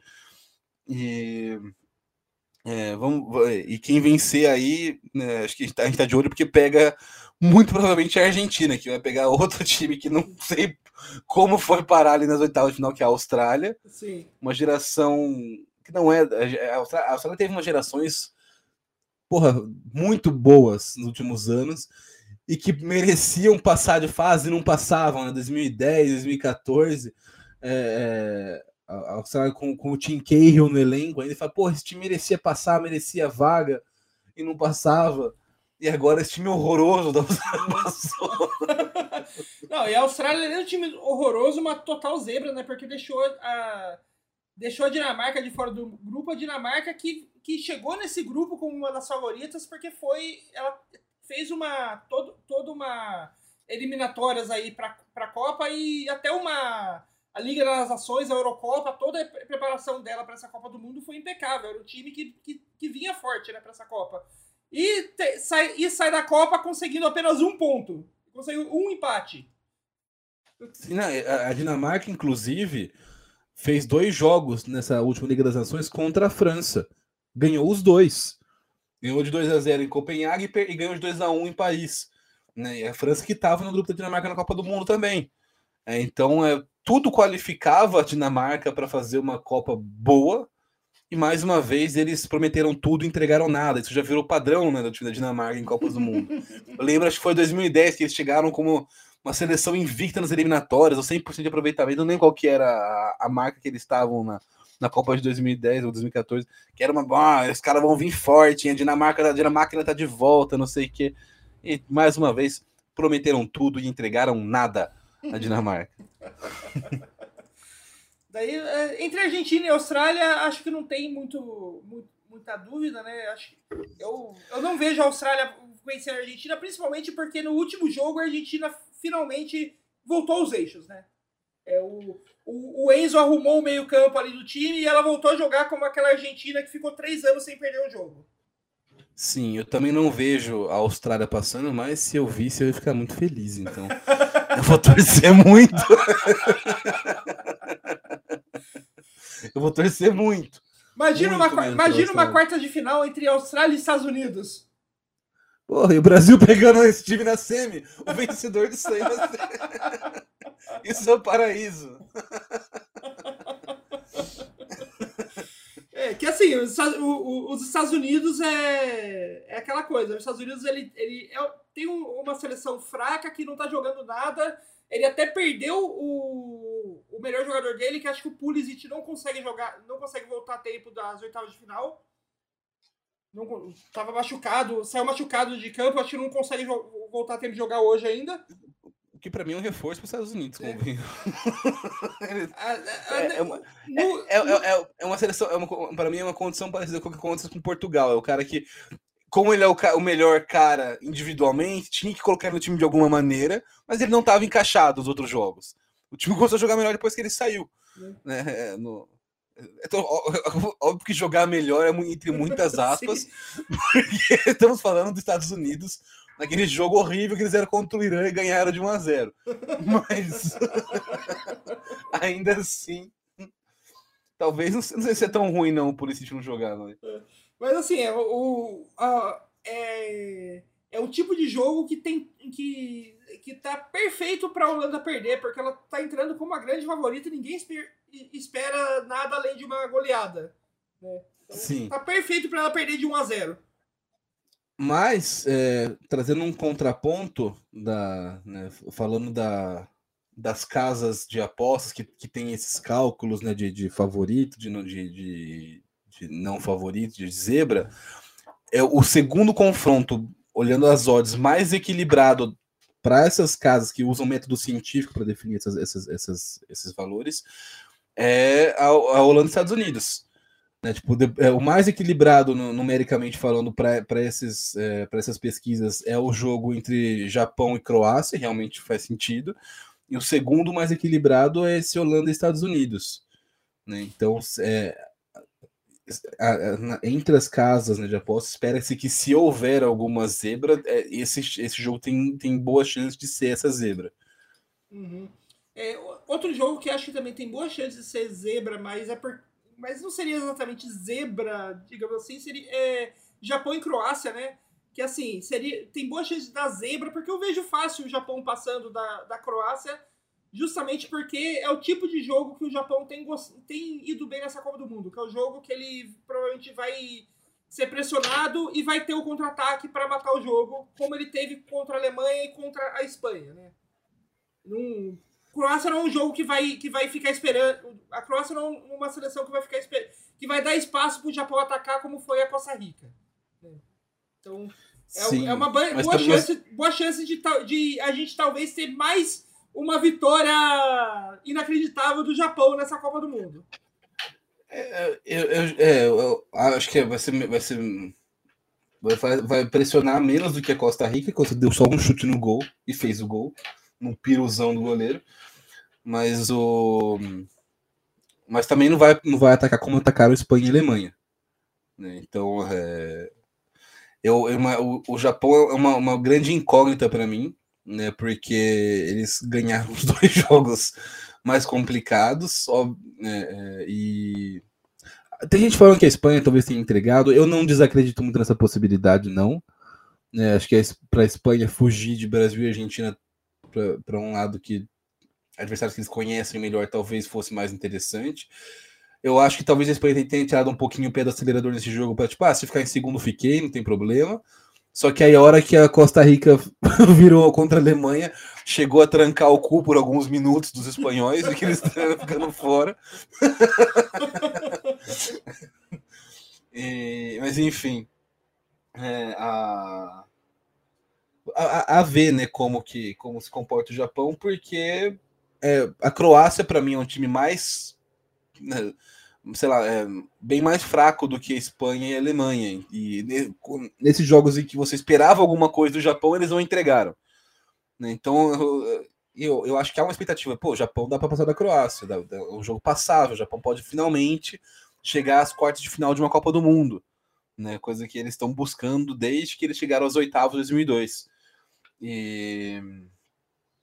E É, vamos, e quem vencer aí, né, acho que a gente, tá, a gente tá de olho porque pega muito provavelmente a Argentina, que vai pegar outro time que não sei como foi parar ali nas oitavas de final, que é a Austrália. Sim. Uma geração que não é. A Austrália, a Austrália teve umas gerações, porra, muito boas nos últimos anos e que mereciam passar de fase e não passavam, né? dois mil e dez, dois mil e quatorze. É, é, A Austrália com, com o Tim Cahill no elenco, ainda fala, pô, esse time merecia passar, merecia vaga, e não passava. E agora esse time horroroso da Austrália passou. Não, e a Austrália é um time horroroso, uma total zebra, né? Porque deixou a, deixou a Dinamarca de fora do grupo, a Dinamarca que, que chegou nesse grupo como uma das favoritas, porque foi. Ela fez uma. Todo, toda uma eliminatórias aí para a Copa e até uma. A Liga das Nações, a Eurocopa, toda a preparação dela para essa Copa do Mundo foi impecável. Era um time que, que, que vinha forte, né, para essa Copa. E, te, sai, e sai da Copa conseguindo apenas um ponto. Conseguiu um empate. Não, a Dinamarca, inclusive, fez dois jogos nessa última Liga das Nações contra a França. Ganhou os dois. Ganhou de dois a zero em Copenhague e ganhou de dois a um em Paris. Né? E a França que estava no grupo da Dinamarca na Copa do Mundo também. É, então, é, tudo qualificava a Dinamarca para fazer uma Copa boa, e mais uma vez eles prometeram tudo e entregaram nada. Isso já virou padrão, né, do time da Dinamarca em Copas do Mundo. Eu lembro, acho que foi em dois mil e dez que eles chegaram como uma seleção invicta nas eliminatórias, ou cem por cento de aproveitamento. Eu não lembro qual que era a, a marca que eles estavam na, na Copa de dois mil e dez ou dois mil e quatorze, que era uma, ah, os caras vão vir forte, a Dinamarca, a Dinamarca tá de volta, não sei o quê. E mais uma vez prometeram tudo e entregaram nada a Dinamarca. Daí, entre Argentina e Austrália, acho que não tem muito, muito, muita dúvida, né? Acho, eu, eu não vejo a Austrália vencer a Argentina, principalmente porque no último jogo a Argentina finalmente voltou aos eixos, né? É, o, o, o Enzo arrumou o meio campo ali do time e ela voltou a jogar como aquela Argentina que ficou três anos sem perder um jogo. Sim, eu também não vejo a Austrália passando, mas se eu visse eu ia ficar muito feliz, então. Eu vou torcer muito. Eu vou torcer muito. Imagina, muito uma, mesmo imagina uma quarta de final entre Austrália e Estados Unidos. Porra, e o Brasil pegando esse time na semi. O vencedor disso aí na semi. Isso é o paraíso. É, que assim, os, o, os Estados Unidos é, é aquela coisa. Os Estados Unidos ele, ele é, tem uma seleção fraca que não tá jogando nada. Ele até perdeu o, o melhor jogador dele, que acho que o Pulisic não consegue jogar, não consegue voltar a tempo das oitavas de final. Não, tava machucado, saiu machucado de campo, acho que não consegue voltar a tempo de jogar hoje ainda. O que pra mim é um reforço para os Estados Unidos. É. é, é, uma, é, é, é, é uma seleção, é uma, para mim é uma condição parecida com o que acontece com Portugal. É o cara que, como ele é o, o melhor cara individualmente, tinha que colocar no time de alguma maneira, mas ele não estava encaixado nos outros jogos. O time começou a jogar melhor depois que ele saiu. É. Né? No, então, óbvio que jogar melhor é entre muitas aspas, porque estamos falando dos Estados Unidos, naquele jogo horrível que eles eram contra o Irã e ganharam de um a zero. Mas ainda assim, talvez não sei se é tão ruim não o Pulisic não jogar. Não é? Mas assim, é o, a, é, é o tipo de jogo que tem que, que tá perfeito para a Holanda perder, porque ela tá entrando como uma grande favorita e ninguém espera, espera nada além de uma goleada. Né? Então, sim. Tá perfeito para ela perder de um a zero. Mas, é, trazendo um contraponto, da, né, falando da, das casas de apostas que, que tem esses cálculos, né, de, de favorito, de, de, de, de não favorito, de zebra, é o segundo confronto, olhando as odds, mais equilibrado para essas casas que usam método científico para definir essas, essas, essas, esses valores, é a, a Holanda e Estados Unidos. Né, tipo, de, é, o mais equilibrado no, numericamente falando para é, essas pesquisas é o jogo entre Japão e Croácia, realmente faz sentido, e o segundo mais equilibrado é esse Holanda e Estados Unidos. Né, então, é, a, a, entre as casas, né, de apostas, espera-se que se houver alguma zebra, é, esse, esse jogo tem, tem boa chance de ser essa zebra. Uhum. É, outro jogo que acho que também tem boa chance de ser zebra, mas é por mas não seria exatamente zebra, digamos assim, seria é, Japão e Croácia, né? Que assim, seria, tem boa chance de dar zebra, porque eu vejo fácil o Japão passando da, da Croácia, justamente porque é o tipo de jogo que o Japão tem, tem ido bem nessa Copa do Mundo, que é o jogo que ele provavelmente vai ser pressionado e vai ter o contra-ataque para matar o jogo, como ele teve contra a Alemanha e contra a Espanha, né? Num... Croácia não é um jogo que vai, que vai ficar esperando. A Croácia não é uma seleção que vai ficar esperando, que vai dar espaço para o Japão atacar, como foi a Costa Rica. Então, é, Sim, é uma boa, boa, chance, boa chance de, de a gente talvez ter mais uma vitória inacreditável do Japão nessa Copa do Mundo. É, eu, eu, é, eu acho que vai ser. Vai ser vai, vai pressionar menos do que a Costa Rica, que deu só um chute no gol e fez o gol, num piruzão do goleiro. Mas o. Mas também não vai, não vai atacar como atacaram Espanha e Alemanha. Né? Então, é... eu, eu, uma, o, o Japão é uma, uma grande incógnita para mim, né? Porque eles ganharam os dois jogos mais complicados. Ó, é, e tem gente falando que a Espanha talvez tenha entregado. Eu não desacredito muito nessa possibilidade, não. É, acho que é para a Espanha fugir de Brasil e Argentina para um lado que adversários que eles conhecem melhor talvez fosse mais interessante. Eu acho que talvez a Espanha tenha tirado um pouquinho o pé do acelerador nesse jogo para, tipo, ah, se ficar em segundo, fiquei, não tem problema. Só que aí a hora que a Costa Rica virou contra a Alemanha, chegou a trancar o cu por alguns minutos dos espanhóis e que eles estavam ficando fora. e, mas enfim, é, a, a, a ver, né, como, que, como se comporta o Japão, porque é, a Croácia, para mim, é um time mais, né, sei lá, é, bem mais fraco do que a Espanha e a Alemanha. E nesses jogos em que você esperava alguma coisa do Japão, eles não entregaram. Né? Então, eu, eu, eu acho que há uma expectativa. Pô, o Japão dá para passar da Croácia, dá, dá, um jogo passável. O Japão pode finalmente chegar às quartas de final de uma Copa do Mundo. Né? Coisa que eles estão buscando desde que eles chegaram aos oitavos de dois mil e dois. E...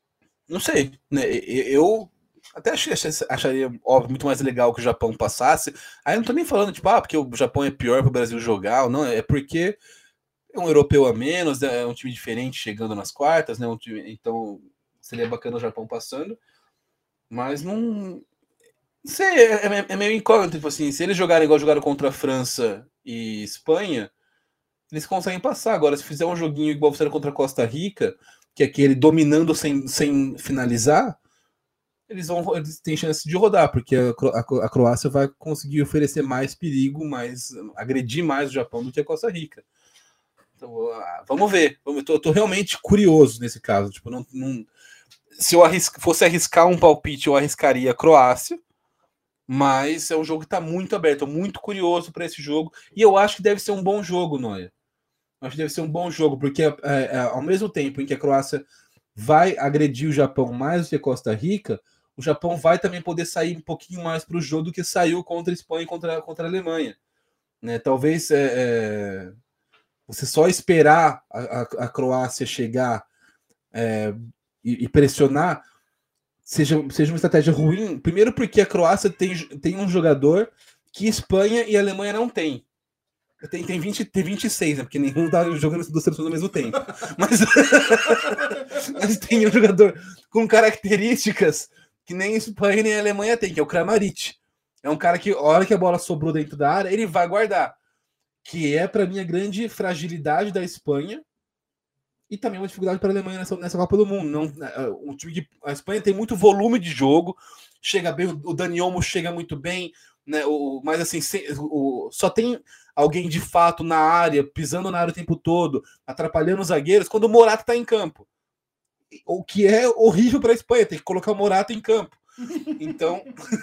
Não sei, né? Eu até achei, acharia, óbvio, muito mais legal que o Japão passasse. Aí eu não tô nem falando, tipo, ah, porque o Japão é pior para o Brasil jogar, não, é porque é um europeu a menos, é um time diferente chegando nas quartas, né? Um time, então seria bacana o Japão passando, mas não. Não sei, é, é, é meio incógnito, tipo assim, se eles jogarem igual jogaram contra a França e Espanha, eles conseguem passar. Agora, se fizer um joguinho igual fizeram contra a Costa Rica, que é aquele dominando sem, sem finalizar, eles vão eles têm chance de rodar, porque a, a, a Croácia vai conseguir oferecer mais perigo, mais agredir mais o Japão do que a Costa Rica. Então, vamos ver. Eu tô, eu tô realmente curioso nesse caso. Tipo, não, não, se eu arrisca, fosse arriscar um palpite, eu arriscaria a Croácia, mas é um jogo que está muito aberto. Eu tô muito curioso para esse jogo e eu acho que deve ser um bom jogo, Noia. Acho que deve ser um bom jogo, porque é, é, ao mesmo tempo em que a Croácia vai agredir o Japão mais do que a Costa Rica, o Japão vai também poder sair um pouquinho mais para o jogo do que saiu contra a Espanha e contra, contra a Alemanha. Né? Talvez é, é, você só esperar a, a, a Croácia chegar é, e, e pressionar seja, seja uma estratégia ruim. Primeiro porque a Croácia tem, tem um jogador que Espanha e a Alemanha não têm. Tem, tem, vinte, tem vinte e seis, né? Porque nenhum tá jogando as duas seleções ao mesmo tempo. Mas, mas tem um jogador com características que nem a Espanha nem a Alemanha tem, que é o Kramaric. É um cara que, a hora que a bola sobrou dentro da área, ele vai guardar. Que é, para mim, a grande fragilidade da Espanha e também uma dificuldade para a Alemanha nessa, nessa Copa do Mundo. Não, um time que, a Espanha tem muito volume de jogo, chega bem, o Dani Olmo chega muito bem, né? O, mas assim, se, o, só tem alguém de fato na área, pisando na área o tempo todo, atrapalhando os zagueiros, quando o Morata está em campo. O que é horrível para a Espanha, tem que colocar o Morata em campo. Então.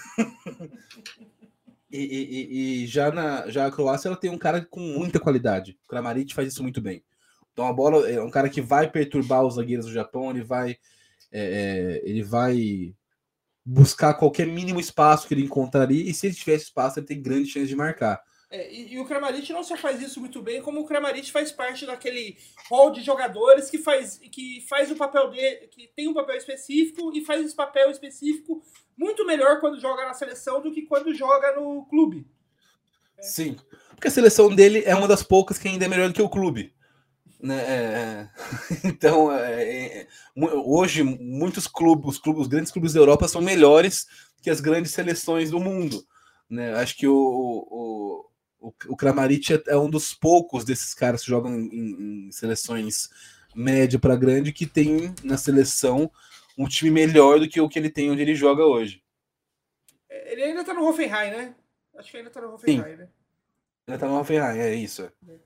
e, e, e já, na, já a Croácia ela tem um cara com muita qualidade. O Kramaric faz isso muito bem. Então a bola é um cara que vai perturbar os zagueiros do Japão, ele vai. É, ele vai buscar qualquer mínimo espaço que ele encontraria, e se ele tiver espaço, ele tem grande chance de marcar. É, e, e o Kramaric não só faz isso muito bem, como o Kramaric faz parte daquele hall de jogadores que faz, que faz o papel dele, que tem um papel específico e faz esse papel específico muito melhor quando joga na seleção do que quando joga no clube. É. Sim, porque a seleção dele é uma das poucas que ainda é melhor do que o clube. Né? É, então, é, é, hoje, muitos clubes, os clubes, os grandes clubes da Europa são melhores que as grandes seleções do mundo. Né? Acho que o, o, o, o Kramaric é um dos poucos desses caras que jogam em, em seleções média para grande que tem na seleção um time melhor do que o que ele tem onde ele joga hoje. Ele ainda tá no Hoffenheim, né? Acho que ainda tá no Hoffenheim, Sim. né? Ainda tá no Hoffenheim, é isso. É.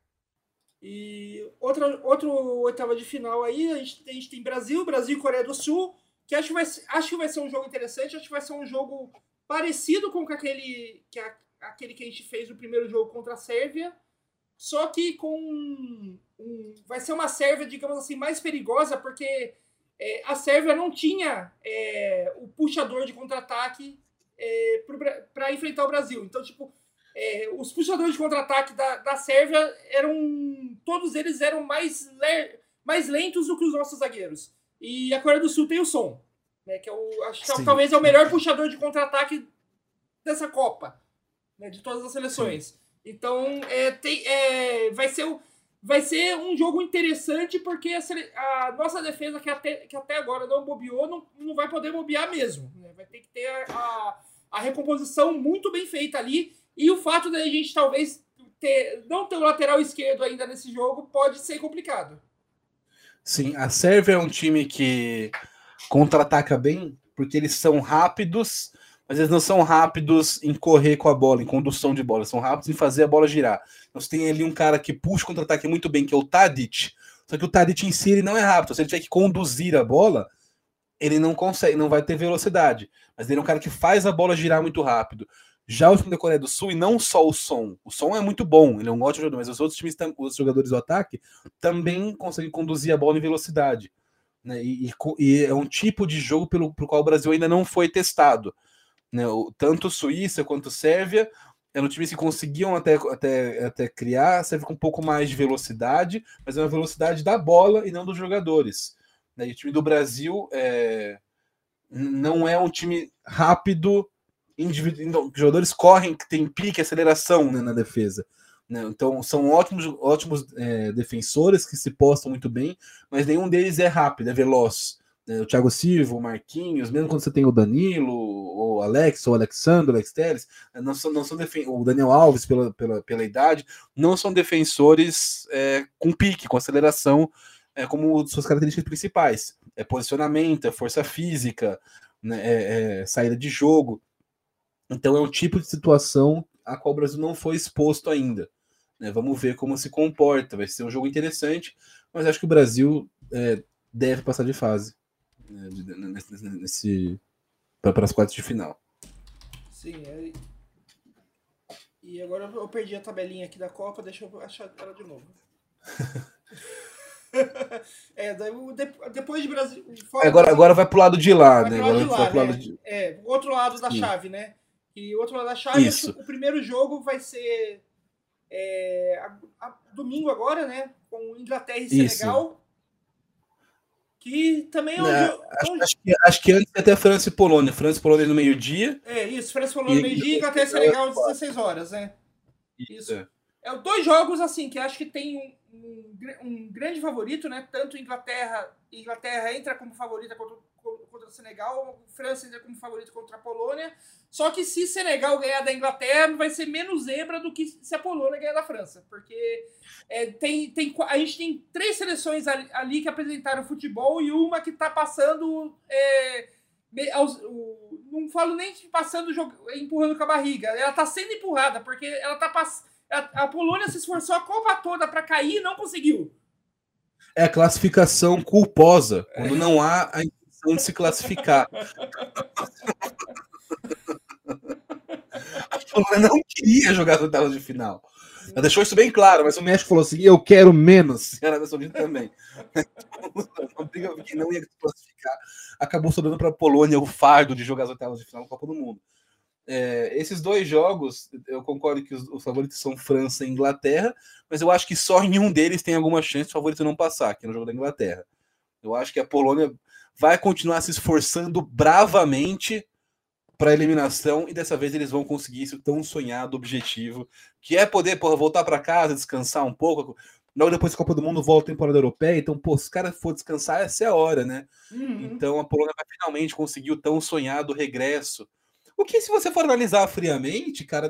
E outra, outro oitava de final aí, a gente, a gente tem Brasil, Brasil e Coreia do Sul, que acho que, vai, acho que vai ser um jogo interessante, acho que vai ser um jogo parecido com aquele que, a, aquele que a gente fez no primeiro jogo contra a Sérvia, só que com um, um, vai ser uma Sérvia, digamos assim, mais perigosa, porque é, a Sérvia não tinha é, o puxador de contra-ataque é, para enfrentar o Brasil. Então, tipo, É, os puxadores de contra-ataque da, da Sérvia eram. Todos eles eram mais, le, mais lentos do que os nossos zagueiros. E a Coreia do Sul tem o Son, né, que é o, acho que talvez é o melhor puxador de contra-ataque dessa Copa, né, de todas as seleções. Sim. Então é, tem, é, vai, ser, vai ser um jogo interessante porque a, a nossa defesa, que até, que até agora não bobeou, não, não vai poder bobear mesmo. Né? Vai ter que ter a, a, a recomposição muito bem feita ali. E o fato da gente talvez ter, não ter o lateral esquerdo ainda nesse jogo pode ser complicado. Sim, a Sérvia é um time que contra-ataca bem, porque eles são rápidos, mas eles não são rápidos em correr com a bola, em condução de bola, eles são rápidos em fazer a bola girar. Então você tem ali um cara que puxa contra-ataque muito bem, que é o Tadic, só que o Tadic em si ele não é rápido, se ele tiver que conduzir a bola, ele não consegue, não vai ter velocidade, mas ele é um cara que faz a bola girar muito rápido. Já o time da Coreia do Sul, e não só o Son, o Son é muito bom, ele é um ótimo jogador, mas os outros times, os jogadores do ataque, também conseguem conduzir a bola em velocidade. Né? E, e, e é um tipo de jogo pelo, pelo qual o Brasil ainda não foi testado. Né? O, tanto Suíça quanto Sérvia eram times que conseguiam até, até, até criar, Sérvia com um pouco mais de velocidade, mas é uma velocidade da bola e não dos jogadores. Né? E o time do Brasil é, não é um time rápido, individu... os jogadores correm, tem pique, aceleração, né, na defesa. Né? Então são ótimos, ótimos é, defensores que se postam muito bem, mas nenhum deles é rápido, é veloz. Né? O Thiago Silva, o Marquinhos, mesmo quando você tem o Danilo, o Alex, ou o Alexandre, o Alex Telles, não são, não são defen... o Daniel Alves, pela, pela, pela idade, não são defensores é, com pique, com aceleração, é, como suas características principais. É posicionamento, é força física, né? é, é saída de jogo. Então é um tipo de situação a qual o Brasil não foi exposto ainda. Né? Vamos ver como se comporta. Vai ser um jogo interessante, mas acho que o Brasil é, deve passar de fase, né? nesse, nesse, para as quartas de final. Sim, é... E agora eu perdi a tabelinha aqui da Copa, deixa eu achar ela de novo. é, daí, depois de Brasil... Agora, agora vai pro lado de lá, vai né? Agora de lá, vai pro né? lado de... É, o outro lado da Sim. chave, né? E o outro lado da chave, acho que o primeiro jogo vai ser é, a, a, domingo agora, né? Com Inglaterra e Senegal. Isso. Que também é um Não, jogo... Acho, acho, que, acho que antes até França e Polônia. França e Polônia no meio-dia. É, isso. França e Polônia no meio-dia e Inglaterra e Senegal às dezesseis horas, né? Isso. isso. É. é dois jogos, assim, que acho que tem um, um, um grande favorito, né? Tanto Inglaterra... Inglaterra entra como favorita contra, contra o Senegal, França entra como favorita contra a Polônia. Só que se Senegal ganhar da Inglaterra, vai ser menos zebra do que se a Polônia ganhar da França. Porque é, tem, tem, a gente tem três seleções ali, ali que apresentaram futebol e uma que está passando... É, aos, o, não falo nem passando, empurrando com a barriga. Ela está sendo empurrada, porque ela tá pass, a, a Polônia se esforçou a Copa toda para cair e não conseguiu. É a classificação culposa, quando não há a intenção de se classificar. A Polônia não queria jogar no oitavas de final. Ela deixou isso bem claro, mas o México falou assim: eu quero menos. E a Arábia Saudita também. Uma briga que não ia se classificar. Acabou sobrando para a Polônia o fardo de jogar as oitavas de final na Copa do Mundo. É, esses dois jogos, eu concordo que os, os favoritos são França e Inglaterra, mas eu acho que só em um deles tem alguma chance de favorito não passar, que é no jogo da Inglaterra. Eu acho que a Polônia vai continuar se esforçando bravamente para a eliminação e dessa vez eles vão conseguir esse tão sonhado objetivo, que é poder porra, voltar para casa, descansar um pouco. Logo depois da Copa do Mundo volta a temporada europeia, então, pô, se os caras for descansar, essa é a hora, né? Uhum. Então a Polônia vai finalmente conseguir o tão sonhado regresso. O que, se você for analisar friamente, cara,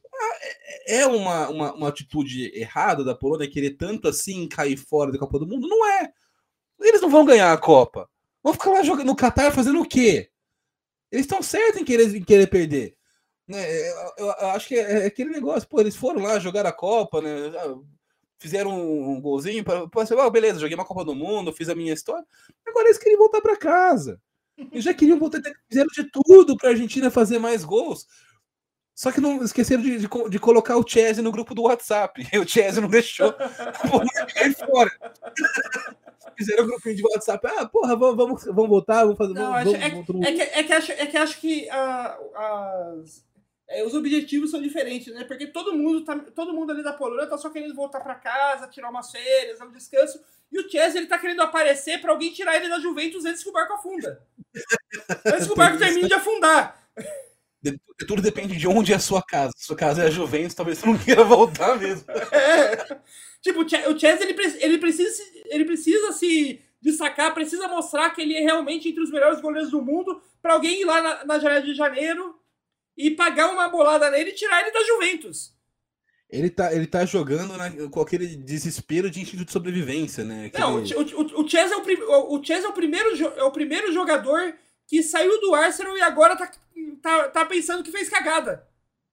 é uma, uma, uma atitude errada da Polônia querer tanto assim cair fora da Copa do Mundo? Não é. Eles não vão ganhar a Copa. Vão ficar lá jogando no Catar fazendo o quê? Eles estão certos em querer, em querer perder. Né? Eu, eu, eu acho que é, é aquele negócio. Pô, eles foram lá jogar a Copa, né? Fizeram um, um golzinho para você, oh, beleza, joguei uma Copa do Mundo, fiz a minha história. Agora eles queriam voltar para casa. Eles já queriam voltar, fizeram de tudo para a Argentina fazer mais gols. Só que não esqueceram de, de, de colocar o Chesney no grupo do WhatsApp. E o Chesney não deixou. Aí fora. Fizeram um grupinho de WhatsApp. Ah, porra, vamos, vamos, vamos voltar, vamos fazer. Não, vamos, acho, vamos, é, vamos, é, que, é, que acho, é que acho que uh, as, é, os objetivos são diferentes, né? Porque todo mundo, tá, todo mundo ali da Polônia tá só querendo voltar para casa, tirar umas férias, dar um descanso. E o Chesney, ele tá querendo aparecer para alguém tirar ele da Juventus antes que o barco afunda. Antes que o barco termine de afundar. Tudo depende de onde é a sua casa. Se a sua casa é a Juventus, talvez você não queira voltar mesmo. É. Tipo, o Chesney, ele, ele, precisa, ele precisa se destacar, precisa mostrar que ele é realmente entre os melhores goleiros do mundo para alguém ir lá na, na janela de janeiro e pagar uma bolada nele e tirar ele da Juventus. Ele tá, ele tá jogando na, com aquele desespero de instinto de sobrevivência, né? Aquele... Não, o, o, o, Chesney é o, o, o, Chesney é, o primeiro, é o primeiro jogador que saiu do Arsenal e agora tá, tá, tá pensando que fez cagada.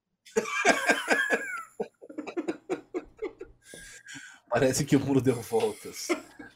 Parece que o mundo deu voltas.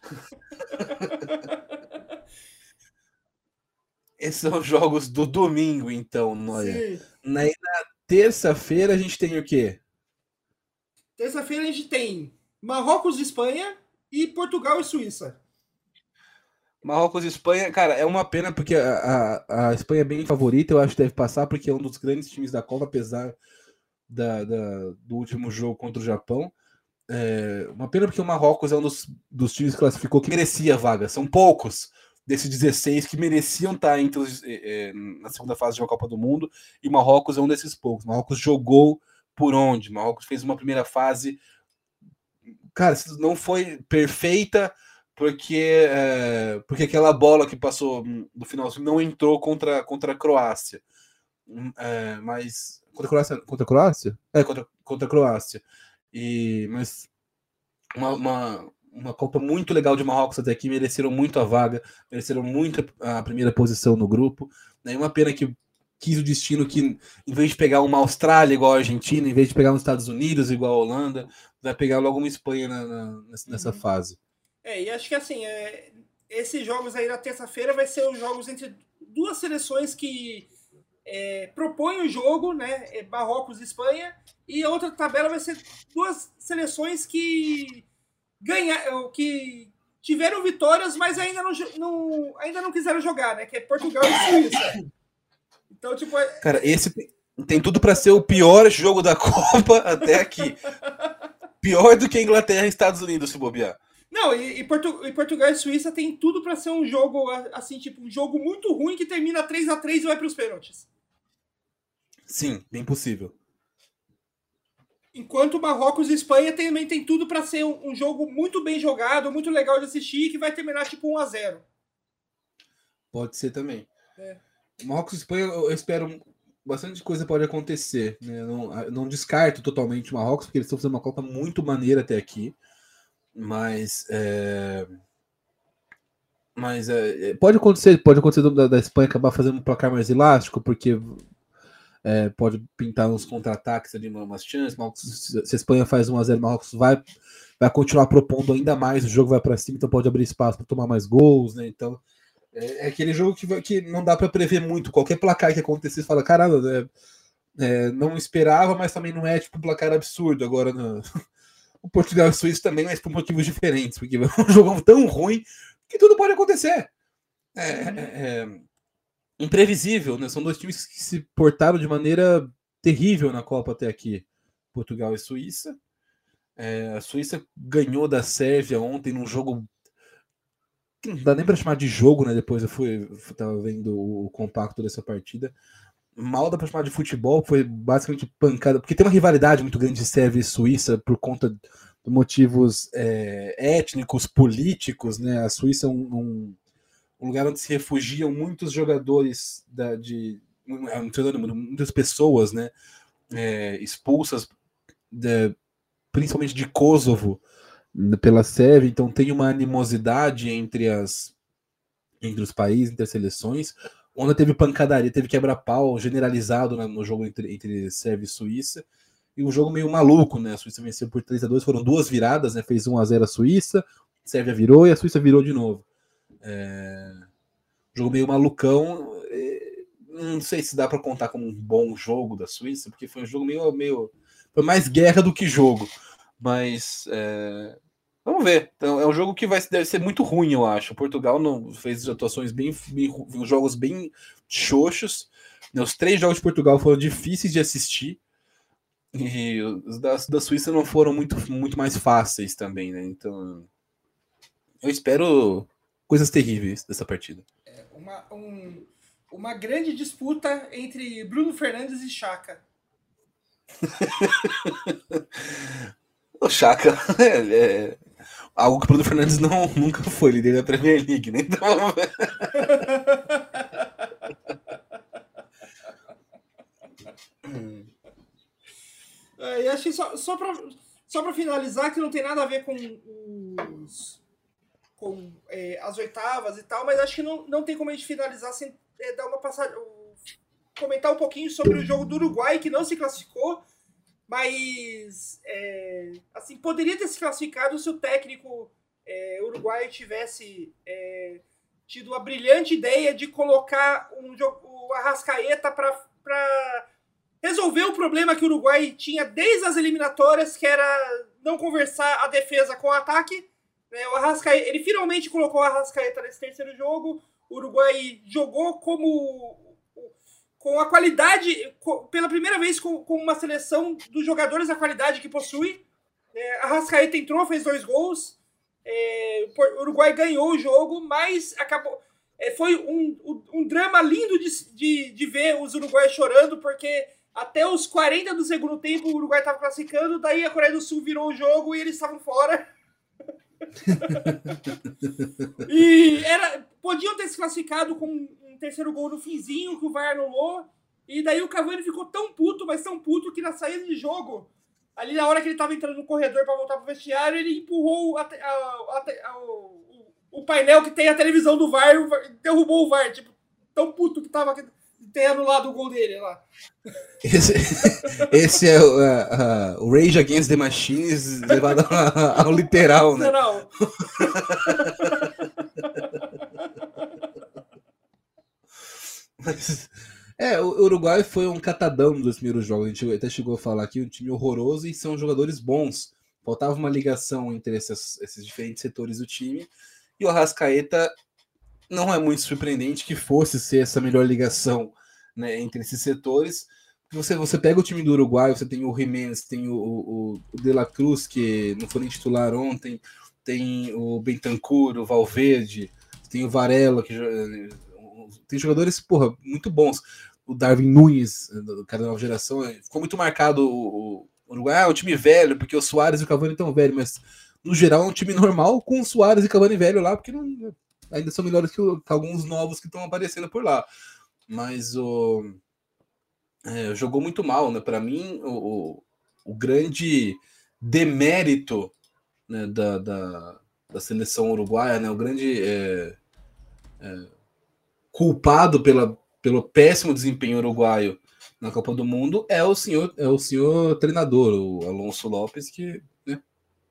Esses são os jogos do domingo, então, Noia. Na, na terça-feira a gente tem o quê? Terça-feira a gente tem Marrocos e Espanha e Portugal e Suíça. Marrocos e Espanha, cara, é uma pena porque a, a, a Espanha é bem favorita, eu acho que deve passar porque é um dos grandes times da Copa, apesar da, da, do último jogo contra o Japão. É, uma pena porque o Marrocos é um dos, dos times que classificou que merecia a vaga. São poucos desses dezesseis que mereciam estar entre os, é, na segunda fase de uma Copa do Mundo, e o Marrocos é um desses poucos. O Marrocos jogou por onde? O Marrocos fez uma primeira fase, cara, não foi perfeita, porque, é, porque aquela bola que passou do finalzinho não entrou contra, contra a Croácia. É, mas. Contra a Croácia? Contra a Croácia? É, contra, contra a Croácia. E, mas uma, uma, uma Copa muito legal de Marrocos até aqui, mereceram muito a vaga, mereceram muito a primeira posição no grupo. É uma pena que quis o destino que, em vez de pegar uma Austrália igual a Argentina, em vez de pegar uns Estados Unidos igual a Holanda, vai pegar logo uma Espanha na, na, nessa uhum. fase. É, e acho que assim, é, esses jogos aí na terça-feira vai ser os jogos entre duas seleções que é, propõem o jogo, né? É Marrocos e Espanha, e a outra tabela vai ser duas seleções que ganharam, que tiveram vitórias, mas ainda não, não, ainda não quiseram jogar, né? Que é Portugal e Suíça. Então, tipo, é... Cara, esse tem tudo para ser o pior jogo da Copa até aqui. Pior do que a Inglaterra e Estados Unidos, se bobear. Não, e, e, Portu, e Portugal e Suíça tem tudo para ser um jogo, assim, tipo, um jogo muito ruim que termina três a três e vai para os pênaltis. Sim, bem possível. Enquanto Marrocos e Espanha também tem tudo para ser um, um jogo muito bem jogado, muito legal de assistir, que vai terminar tipo um a zero. Pode ser também. É. Marrocos e Espanha, eu espero bastante coisa pode acontecer. Né? Eu não, eu não descarto totalmente o Marrocos, porque eles estão fazendo uma Copa muito maneira até aqui. Mas é... mas é... pode acontecer, pode acontecer da, da Espanha acabar fazendo um placar mais elástico, porque é, pode pintar uns contra-ataques ali, umas chances. Marrocos, se a Espanha faz um a zero, Marrocos vai, vai continuar propondo ainda mais, o jogo vai para cima, então pode abrir espaço para tomar mais gols, né? Então é, é aquele jogo que, vai, que não dá para prever muito. Qualquer placar que acontecer, você fala, caramba, é, é, não esperava, mas também não é tipo um placar absurdo. Agora não. O Portugal e o Suíça também, mas por motivos diferentes, porque é um jogo tão ruim que tudo pode acontecer. É, é, é imprevisível, né? São dois times que se portaram de maneira terrível na Copa até aqui. Portugal e Suíça. É, a Suíça ganhou da Sérvia ontem num jogo que não dá nem para chamar de jogo, né? Depois eu fui, estava vendo o compacto dessa partida. Mal dá para chamar de futebol, foi basicamente pancada, porque tem uma rivalidade muito grande de Sérvia e Suíça por conta de motivos é, étnicos, políticos, né? A Suíça é um, um, um lugar onde se refugiam muitos jogadores da, de muitas pessoas, né? É, expulsas, de, principalmente de Kosovo, pela Sérvia. Então tem uma animosidade entre as entre os países, entre as seleções. Onde teve pancadaria, teve quebra-pau generalizado no jogo entre, entre Sérvia e Suíça. E um jogo meio maluco, né? A Suíça venceu por três a dois, foram duas viradas, né? Fez um a zero a Suíça, a Sérvia virou e a Suíça virou de novo. É... Jogo meio malucão. É... Não sei se dá para contar como um bom jogo da Suíça, porque foi um jogo meio. meio... Foi mais guerra do que jogo. Mas. É... Vamos ver. Então, é um jogo que vai, deve ser muito ruim, eu acho. O Portugal não fez atuações bem, bem jogos bem xoxos. Os três jogos de Portugal foram difíceis de assistir. E os da, da Suíça não foram muito, muito mais fáceis também, né? Então, eu espero coisas terríveis dessa partida. É uma, um, uma grande disputa entre Bruno Fernandes e Xhaka. O Xhaka é, é algo que o Bruno Fernandes não, nunca foi líder da Premier League, né? Então... é, e acho que só, só para só para finalizar, que não tem nada a ver com, os, com é, as oitavas e tal, mas acho que não, não tem como a gente finalizar sem é, dar uma passagem, comentar um pouquinho sobre o jogo do Uruguai, que não se classificou. Mas, é, assim, poderia ter se classificado se o técnico é, uruguaio tivesse é, tido a brilhante ideia de colocar um jogo, o Arrascaeta para resolver o problema que o Uruguai tinha desde as eliminatórias, que era não conversar a defesa com o ataque. Né? O Arrascaeta, ele finalmente colocou o Arrascaeta nesse terceiro jogo. O Uruguai jogou como... com a qualidade, pela primeira vez com, com uma seleção dos jogadores, a qualidade que possui, É, a Arrascaeta entrou, fez dois gols. É, o Uruguai ganhou o jogo, mas acabou. É, foi um, um, um drama lindo de, de, de ver os uruguaios chorando, porque até os quarenta do segundo tempo o Uruguai estava classificando, daí a Coreia do Sul virou o jogo e eles estavam fora. E era, podiam ter se classificado com um terceiro gol no finzinho, que o V A R anulou. E daí o Cavani ficou tão puto, mas tão puto, que na saída de jogo, ali na hora que ele tava entrando no corredor para voltar pro vestiário, ele empurrou a, a, a, a, o, o painel que tem a televisão do V A R, o V A R derrubou o V A R, tipo, tão puto que tava de ter anulado o gol dele lá. Esse, esse é o, uh, uh, o Rage Against the Machines levado ao literal, né? Não. Mas, é, o Uruguai foi um catadão dos primeiros jogos. A gente até chegou a falar aqui, um time horroroso e são jogadores bons. Faltava uma ligação entre esses, esses diferentes setores do time. E o Arrascaeta não é muito surpreendente que fosse ser essa melhor ligação, né, entre esses setores. Você, você pega o time do Uruguai, você tem o Jiménez, tem o, o, o De La Cruz, que não foi nem titular ontem, tem o Bentancur, o Valverde, tem o Varela, que tem jogadores, porra, muito bons. O Darwin Nunes, do cara da nova geração, ficou muito marcado o, o Uruguai, ah, é um time velho, porque o Suárez e o Cavani estão velhos, mas no geral é um time normal com o Suárez e Cavani velho lá, porque não, ainda são melhores que, o, que alguns novos que estão aparecendo por lá. Mas o é, jogou muito mal, né? Para mim, o, o grande demérito, né, da, da, da seleção uruguaia, né, o grande é, é, culpado pela, pelo péssimo desempenho uruguaio na Copa do Mundo é o senhor, é o senhor treinador, o Alonso Lopes, que, né,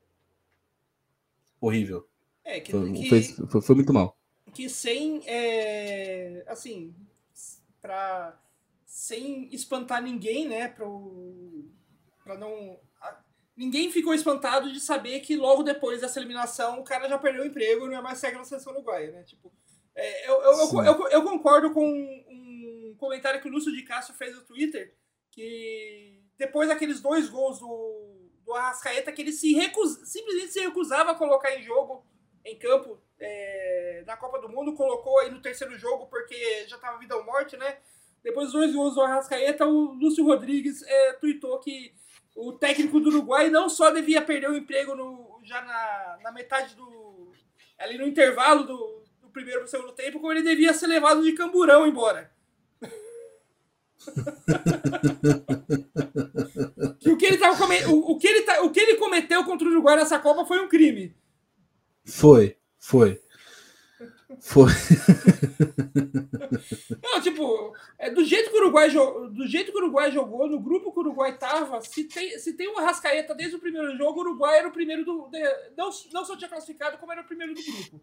horrível. É, que, foi, que, fez, foi, foi muito mal. Que sem, é, assim, pra, sem espantar ninguém, né, pro, pra não... Ninguém ficou espantado de saber que logo depois dessa eliminação o cara já perdeu o emprego e não é mais técnico na seleção uruguaia, né? Tipo, é, eu, eu, eu, eu, eu concordo com um comentário que o Lúcio de Castro fez no Twitter, que depois daqueles dois gols do, do Arrascaeta, que ele se recus, simplesmente se recusava a colocar em jogo, em campo, é, na Copa do Mundo, colocou aí no terceiro jogo porque já estava vida ou morte, né? Depois dos dois gols do Arrascaeta, o Lúcio Rodrigues é, tweetou que o técnico do Uruguai não só devia perder o emprego no, já na, na metade do... ali no intervalo do, do primeiro para o segundo tempo, como ele devia ser levado de camburão embora. que o, que ele tava, o, o, que ele tá, o que ele cometeu contra o Uruguai nessa Copa foi um crime. Foi, foi. Foi. Não, tipo, é, do, jeito que o Uruguai do jeito que o Uruguai jogou, no grupo que o Uruguai tava, se tem, se tem uma Arrascaeta desde o primeiro jogo, o Uruguai era o primeiro do... De, não, não só tinha classificado, como era o primeiro do grupo.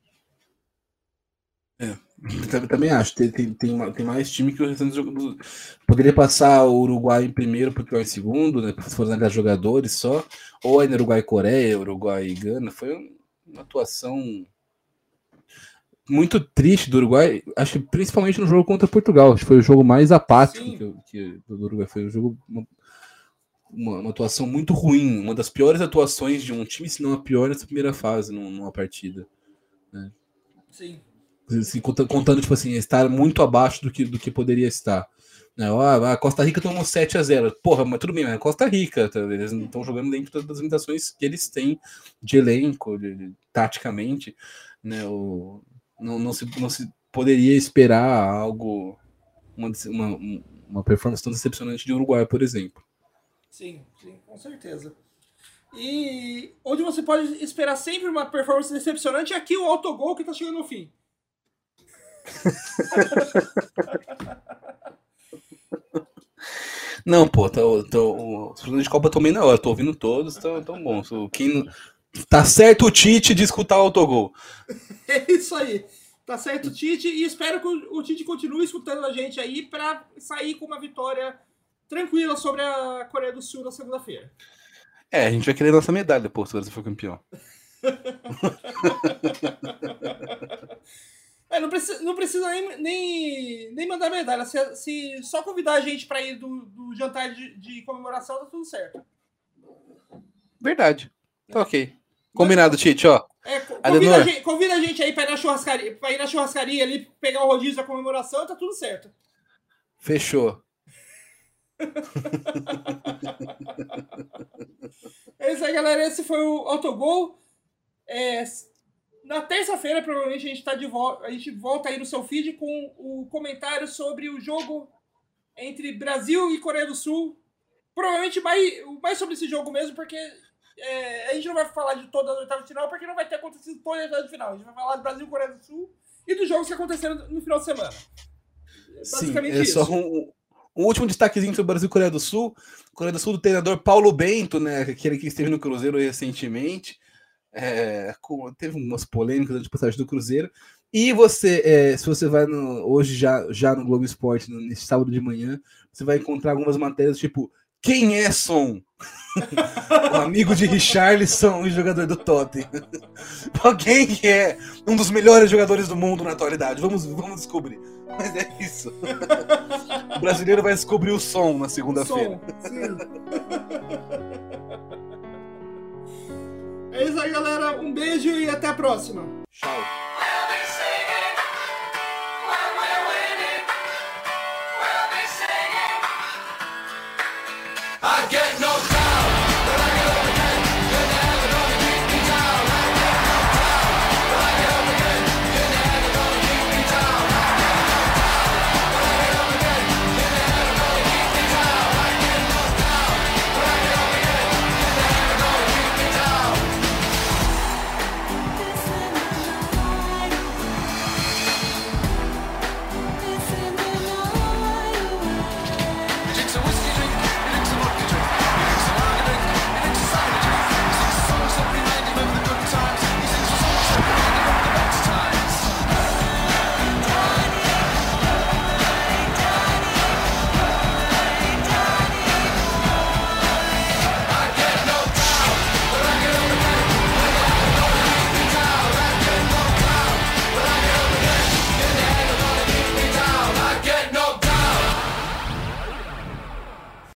É, também acho. Tem, tem, tem, tem mais time que o restante do jogo. Poderia passar o Uruguai em primeiro, porque é em segundo, né? Se for analisar jogadores só. Ou ainda Uruguai e Coreia, Uruguai e Gana. Foi uma atuação muito triste do Uruguai, acho que principalmente no jogo contra Portugal, acho que foi o jogo mais apático que, que, do Uruguai, foi um jogo, uma, uma, uma atuação muito ruim, uma das piores atuações de um time, se não a pior nessa primeira fase, numa, numa partida, né? Sim. Assim, contando, contando, tipo assim, estar muito abaixo do que, do que poderia estar. Ah, a Costa Rica tomou sete a zero. Porra, mas tudo bem, mas a Costa Rica, tá? Eles não estão jogando dentro das limitações que eles têm de elenco, de, de, taticamente, né? O, não, não, se, não se poderia esperar algo, uma, uma, uma performance tão decepcionante de Uruguai, por exemplo. Sim, sim, com certeza. E onde você pode esperar sempre uma performance decepcionante é aqui o autogol que tá chegando no fim. Não, pô, tô, tô, os programas de Copa também na hora, tô ouvindo todos, tão, tão bom. Quem, tá certo o Tite de escutar o autogol. É isso aí. Tá certo o Tite, e espero que o, o Tite continue escutando a gente aí pra sair com uma vitória tranquila sobre a Coreia do Sul na segunda-feira. É, a gente vai querer nossa medalha, pô, se você for campeão. É, não precisa, não precisa nem, nem, nem mandar medalha. Se, se só convidar a gente para ir do, do jantar de, de comemoração, tá tudo certo. Verdade. Tá ok. Combinado, Tite, ó. É, co- convida, Adenor. a gente, convida a gente aí pra ir na churrascaria, pra ir na churrascaria ali, pegar o rodízio da comemoração, tá tudo certo. Fechou. É isso aí, galera. Esse foi o Autogol. É, na terça-feira, provavelmente, a gente, tá de volta, a gente volta aí no seu feed com o comentário sobre o jogo entre Brasil e Coreia do Sul. Provavelmente mais, mais sobre esse jogo mesmo, porque é, a gente não vai falar de toda a oitava de final, porque não vai ter acontecido toda a oitava de final. A gente vai falar do Brasil e Coreia do Sul e dos jogos que aconteceram no final de semana. É Sim, basicamente é isso. só um, um último destaquezinho sobre o Brasil e Coreia do Sul. Coreia do Sul do treinador Paulo Bento, né? Aquele que esteve no Cruzeiro recentemente. É, com, teve umas polêmicas de passagem do Cruzeiro. E você, é, se você vai no, hoje já, já no Globo Esporte, no, nesse sábado de manhã, você vai encontrar algumas matérias tipo: quem é Son? O amigo de Richarlison e jogador do Tottenham. Quem que é um dos melhores jogadores do mundo na atualidade? Vamos, vamos descobrir. Mas é isso. O brasileiro vai descobrir o Son na segunda-feira. Som, sim. É isso aí, galera. Um beijo e até a próxima. Tchau. I get no